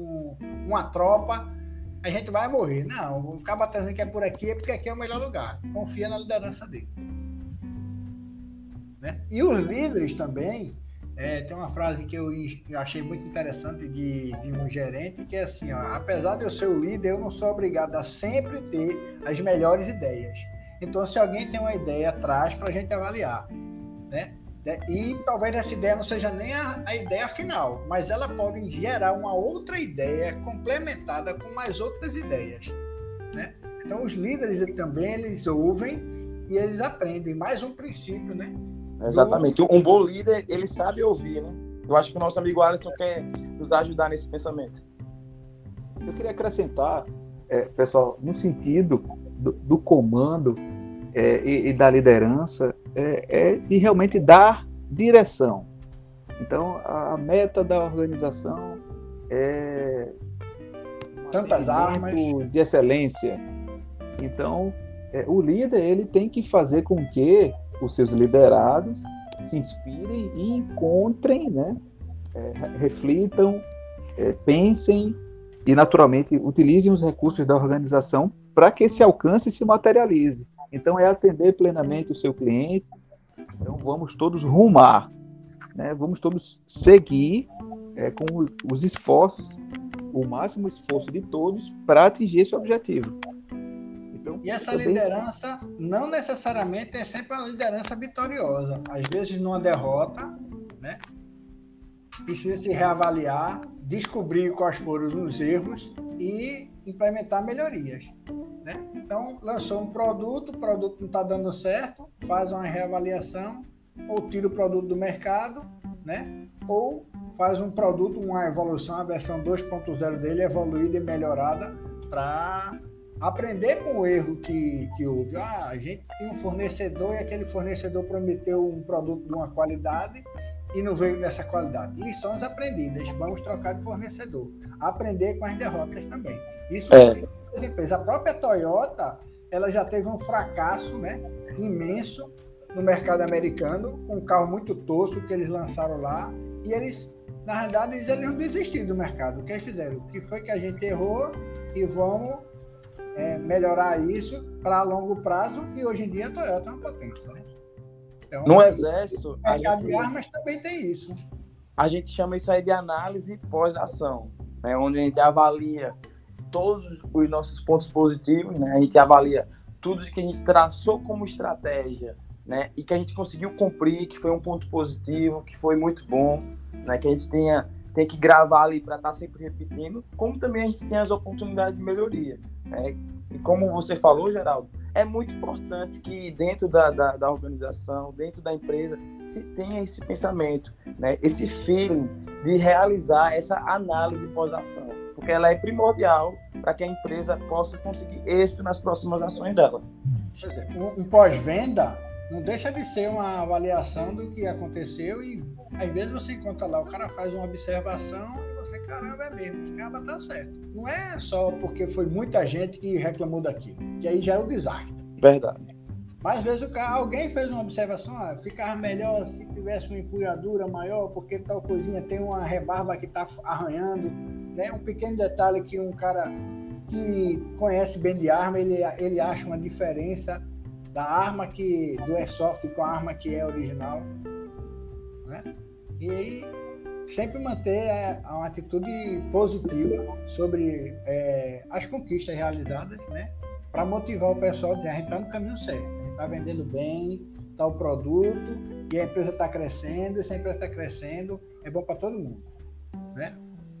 uma tropa, a gente vai morrer. Não, o cara tá dizendo que é por aqui, é porque aqui é o melhor lugar, confia na liderança dele. Né? E os líderes também, tem uma frase que eu achei muito interessante de um gerente, que é assim, apesar de eu ser o líder, eu não sou obrigado a sempre ter as melhores ideias. Então, se alguém tem uma ideia, traz para a gente avaliar, né? E talvez essa ideia não seja nem a ideia final, mas ela pode gerar uma outra ideia complementada com mais outras ideias, né? Então, os líderes também, eles ouvem e eles aprendem. Mais um princípio, né? Exatamente. Um bom líder, ele sabe ouvir, né? Eu acho que o nosso amigo Alisson quer nos ajudar nesse pensamento. Eu queria acrescentar, pessoal, no sentido do comando e da liderança, de realmente dar direção. Então, a meta da organização é tantas armas de excelência. Então, o líder ele tem que fazer com que os seus liderados se inspirem e encontrem, né, reflitam, pensem e, naturalmente, utilizem os recursos da organização para que esse alcance se materialize. Então, é atender plenamente o seu cliente. Então, vamos todos rumar, né? Vamos todos seguir com os esforços, o máximo esforço de todos para atingir esse objetivo. Então, e essa liderança não necessariamente é sempre uma liderança vitoriosa. Às vezes, numa derrota, né, precisa se reavaliar, descobrir quais foram os erros e implementar melhorias, né? Então, lançou um produto, o produto não está dando certo, faz uma reavaliação, ou tira o produto do mercado, né? Ou faz um produto, uma evolução, a versão 2.0 dele evoluída e melhorada para aprender com o erro que houve. A gente tem um fornecedor e aquele fornecedor prometeu um produto de uma qualidade e não veio dessa qualidade. Lições aprendidas, vamos trocar de fornecedor. Aprender com as derrotas também. Isso as empresas. A própria Toyota, ela já teve um fracasso, né, imenso no mercado americano, com um carro muito tosco que eles lançaram lá, e eles, na verdade, eles não desistiram do mercado. O que eles fizeram? O que foi que a gente errou e vamos melhorar isso para longo prazo, e hoje em dia a Toyota é uma potência, né? Então, no Exército, o mercado de armas também tem isso. A gente chama isso aí de análise pós-ação, né? Onde a gente avalia todos os nossos pontos positivos, né? A gente avalia tudo que a gente traçou como estratégia, né? E que a gente conseguiu cumprir, que foi um ponto positivo, que foi muito bom, né? Que a gente tem que gravar ali para estar sempre repetindo, como também a gente tem as oportunidades de melhoria, né? E como você falou, Geraldo, é muito importante que dentro da organização, dentro da empresa, se tenha esse pensamento, né? Esse feeling de realizar essa análise pós-ação, porque ela é primordial para que a empresa possa conseguir êxito nas próximas ações dela. Por exemplo, um pós-venda não deixa de ser uma avaliação do que aconteceu, e às vezes você encontra lá, o cara faz uma observação e você, caramba, é mesmo, esse cara tá certo. Não é só porque foi muita gente que reclamou daquilo, que aí já é o desastre. Verdade. Mas às vezes alguém fez uma observação, ficava melhor se tivesse uma empunhadura maior, porque tal coisinha tem uma rebarba que está arranhando, né? Um pequeno detalhe que um cara que conhece bem de arma, ele acha uma diferença da arma do Airsoft com a arma que é original, né? E aí sempre manter uma atitude positiva sobre as conquistas realizadas, né? Para motivar o pessoal a dizer, a gente está no caminho certo, a gente está vendendo bem, está o produto, e a empresa está crescendo, e se a empresa está crescendo, é bom para todo mundo, né?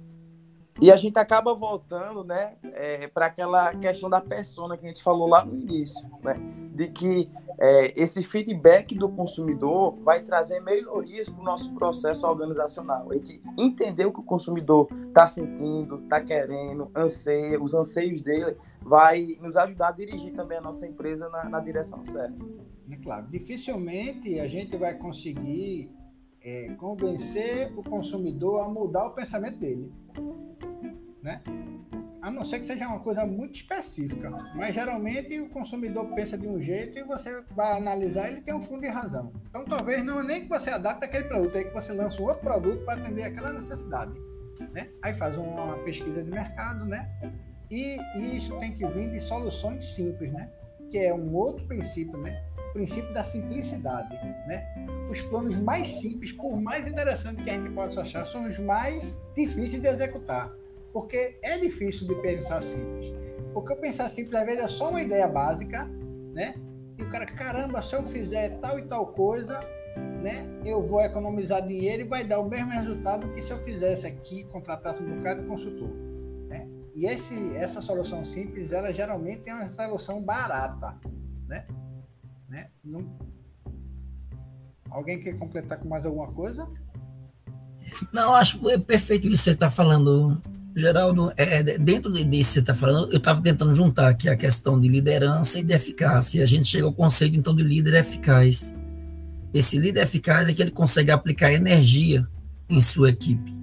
E a gente acaba voltando, né, para aquela questão da persona que a gente falou lá no início, né, de que esse feedback do consumidor vai trazer melhorias para o nosso processo organizacional. A gente entender o que o consumidor está sentindo, está querendo, anseia, os anseios dele, vai nos ajudar a dirigir também a nossa empresa na direção certa. É claro, dificilmente a gente vai conseguir convencer o consumidor a mudar o pensamento dele, né? A não ser que seja uma coisa muito específica, mas geralmente o consumidor pensa de um jeito e você vai analisar, ele tem um fundo de razão. Então talvez não é nem que você adapte aquele produto, é que você lança um outro produto para atender aquela necessidade, né? Aí faz uma pesquisa de mercado, né? E isso tem que vir de soluções simples, né? Que é um outro princípio, né? O princípio da simplicidade, né? Os planos mais simples, por mais interessantes que a gente possa achar, são os mais difíceis de executar. Porque é difícil de pensar simples. Porque eu pensar simples, às vezes, é só uma ideia básica, né? E o cara, caramba, se eu fizer tal e tal coisa, né? Eu vou economizar dinheiro e vai dar o mesmo resultado que se eu fizesse aqui, contratasse um bocado de consultor, né? E essa solução simples, ela geralmente é uma solução barata, né? Não... Alguém quer completar com mais alguma coisa? Não, acho perfeito isso que você está falando, Geraldo. Dentro disso que você está falando, eu estava tentando juntar aqui a questão de liderança e de eficácia. E a gente chega ao conceito, então, de líder eficaz. Esse líder eficaz é que ele consegue aplicar energia em sua equipe.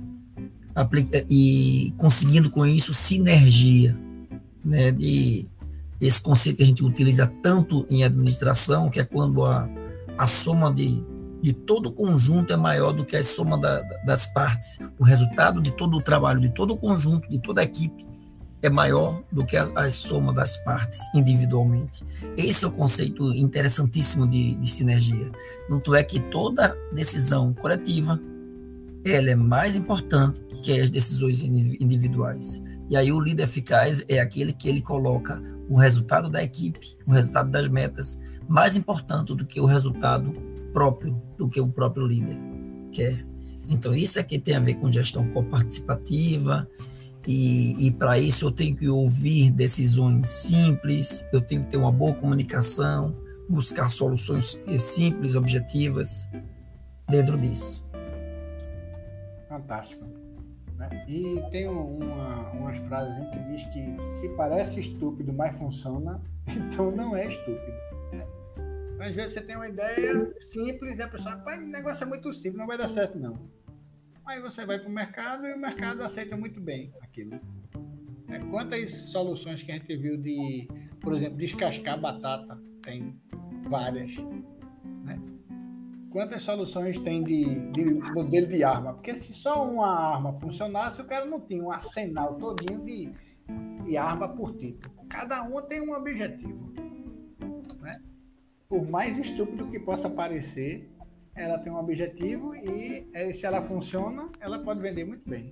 E conseguindo com isso sinergia, né? Esse conceito que a gente utiliza tanto em administração, que é quando a soma de todo o conjunto é maior do que a soma das partes. O resultado de todo o trabalho, de todo o conjunto, de toda a equipe, é maior do que a soma das partes individualmente. Esse é o conceito interessantíssimo de sinergia. Tanto é que toda decisão coletiva ela é mais importante que as decisões individuais. E aí o líder eficaz é aquele que ele coloca o resultado da equipe, o resultado das metas, mais importante do que o resultado próprio, do que o próprio líder quer. Então isso aqui tem a ver com gestão coparticipativa, e para isso eu tenho que ouvir decisões simples, eu tenho que ter uma boa comunicação, buscar soluções simples, objetivas dentro disso. Fantástico. Né? E tem umas frases que diz que se parece estúpido, mas funciona, então não é estúpido. Né? Às vezes você tem uma ideia simples e a pessoa, pai, o negócio é muito simples, não vai dar certo não. Aí você vai para o mercado e o mercado aceita muito bem aquilo. Quantas soluções que a gente viu de, por exemplo, descascar batata? Tem várias. Né? Quantas soluções tem de modelo de arma? Porque se só uma arma funcionasse, o cara não tinha um arsenal todinho de arma por tipo. Cada uma tem um objetivo. Né? Por mais estúpido que possa parecer, ela tem um objetivo e se ela funciona, ela pode vender muito bem.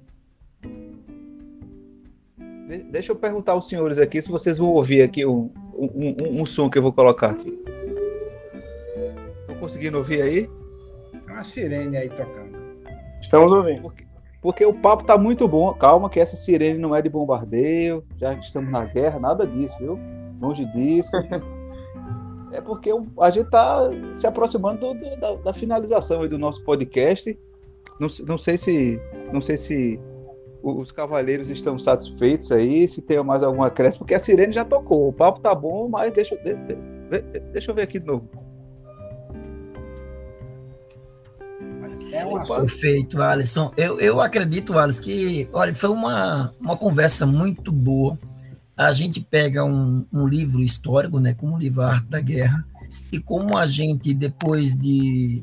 Deixa eu perguntar aos senhores aqui se vocês vão ouvir aqui um som que eu vou colocar aqui. Estão conseguindo ouvir aí? Tem uma sirene aí tocando. Estamos ouvindo. Porque o papo tá muito bom. Calma que essa sirene não é de bombardeio, já que estamos na guerra, nada disso, viu? Longe disso. É porque a gente está se aproximando da finalização aí do nosso podcast. Não sei se os cavaleiros estão satisfeitos aí, se tem mais algum acréscimo, porque a sirene já tocou. O papo tá bom, mas deixa eu ver aqui de novo. Perfeito, Alisson. Eu acredito, Alisson, que olha, foi uma conversa muito boa. A gente pega um livro histórico, né, como o livro A Arte da Guerra, e como a gente, depois de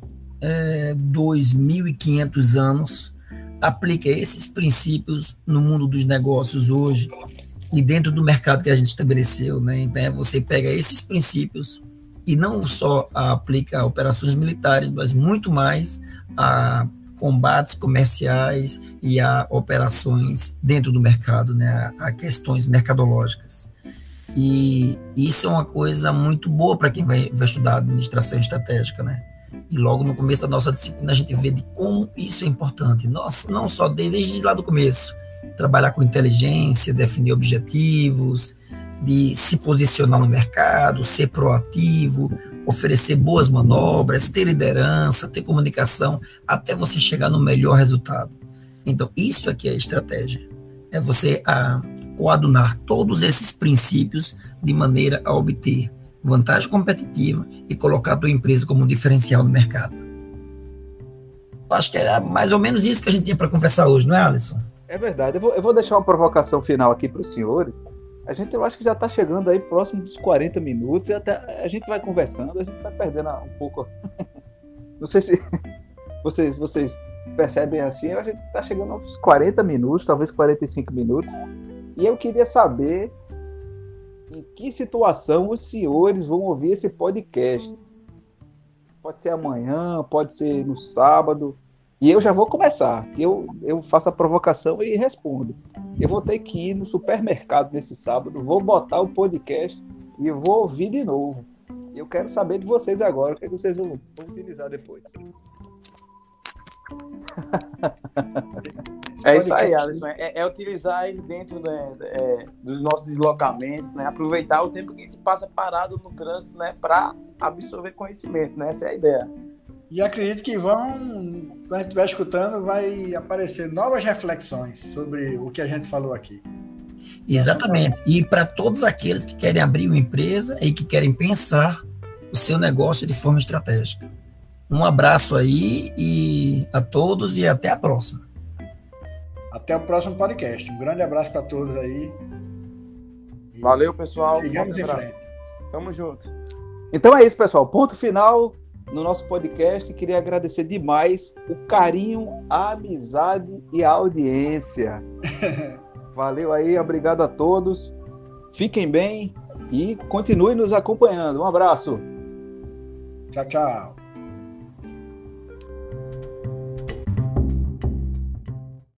2.500 anos, aplica esses princípios no mundo dos negócios hoje e dentro do mercado que a gente estabeleceu, né? Então, você pega esses princípios e não só aplica a operações militares, mas muito mais a combates comerciais e a operações dentro do mercado, né, a questões mercadológicas. E isso é uma coisa muito boa para quem vai estudar administração estratégica, né? E logo no começo da nossa disciplina a gente vê de como isso é importante. Nós, não só desde lá do começo, trabalhar com inteligência, definir objetivos, de se posicionar no mercado, ser proativo, oferecer boas manobras, ter liderança, ter comunicação, até você chegar no melhor resultado. Então, isso aqui é estratégia. É você coadunar todos esses princípios de maneira a obter vantagem competitiva e colocar a tua empresa como um diferencial no mercado. Eu acho que era mais ou menos isso que a gente tinha para conversar hoje, não é, Alisson? É verdade. Eu vou deixar uma provocação final aqui para os senhores. Eu acho que já está chegando aí próximo dos 40 minutos e até a gente vai conversando, a gente vai perdendo um pouco. Não sei se vocês percebem assim, a gente está chegando aos 40 minutos, talvez 45 minutos. E eu queria saber em que situação os senhores vão ouvir esse podcast. Pode ser amanhã, pode ser no sábado. E eu já vou começar. Eu faço a provocação e respondo. Eu vou ter que ir no supermercado nesse sábado, vou botar o podcast e vou ouvir de novo. Eu quero saber de vocês agora, o que vocês vão utilizar depois. É isso aí, Alisson. É utilizar ele dentro dos nossos deslocamentos, né? Aproveitar o tempo que a gente passa parado no trânsito, né? Para absorver conhecimento, né? Essa é a ideia. E acredito que quando a gente estiver escutando, vai aparecer novas reflexões sobre o que a gente falou aqui. Exatamente. E para todos aqueles que querem abrir uma empresa e que querem pensar o seu negócio de forma estratégica. Um abraço aí e a todos e até a próxima. Até o próximo podcast. Um grande abraço para todos aí. Valeu, pessoal. Sigamos em frente. Tamo junto. Então é isso, pessoal. Ponto final no nosso podcast. Queria agradecer demais o carinho, a amizade e a audiência. Valeu aí, obrigado a todos. Fiquem bem e continuem nos acompanhando. Um abraço. Tchau, tchau.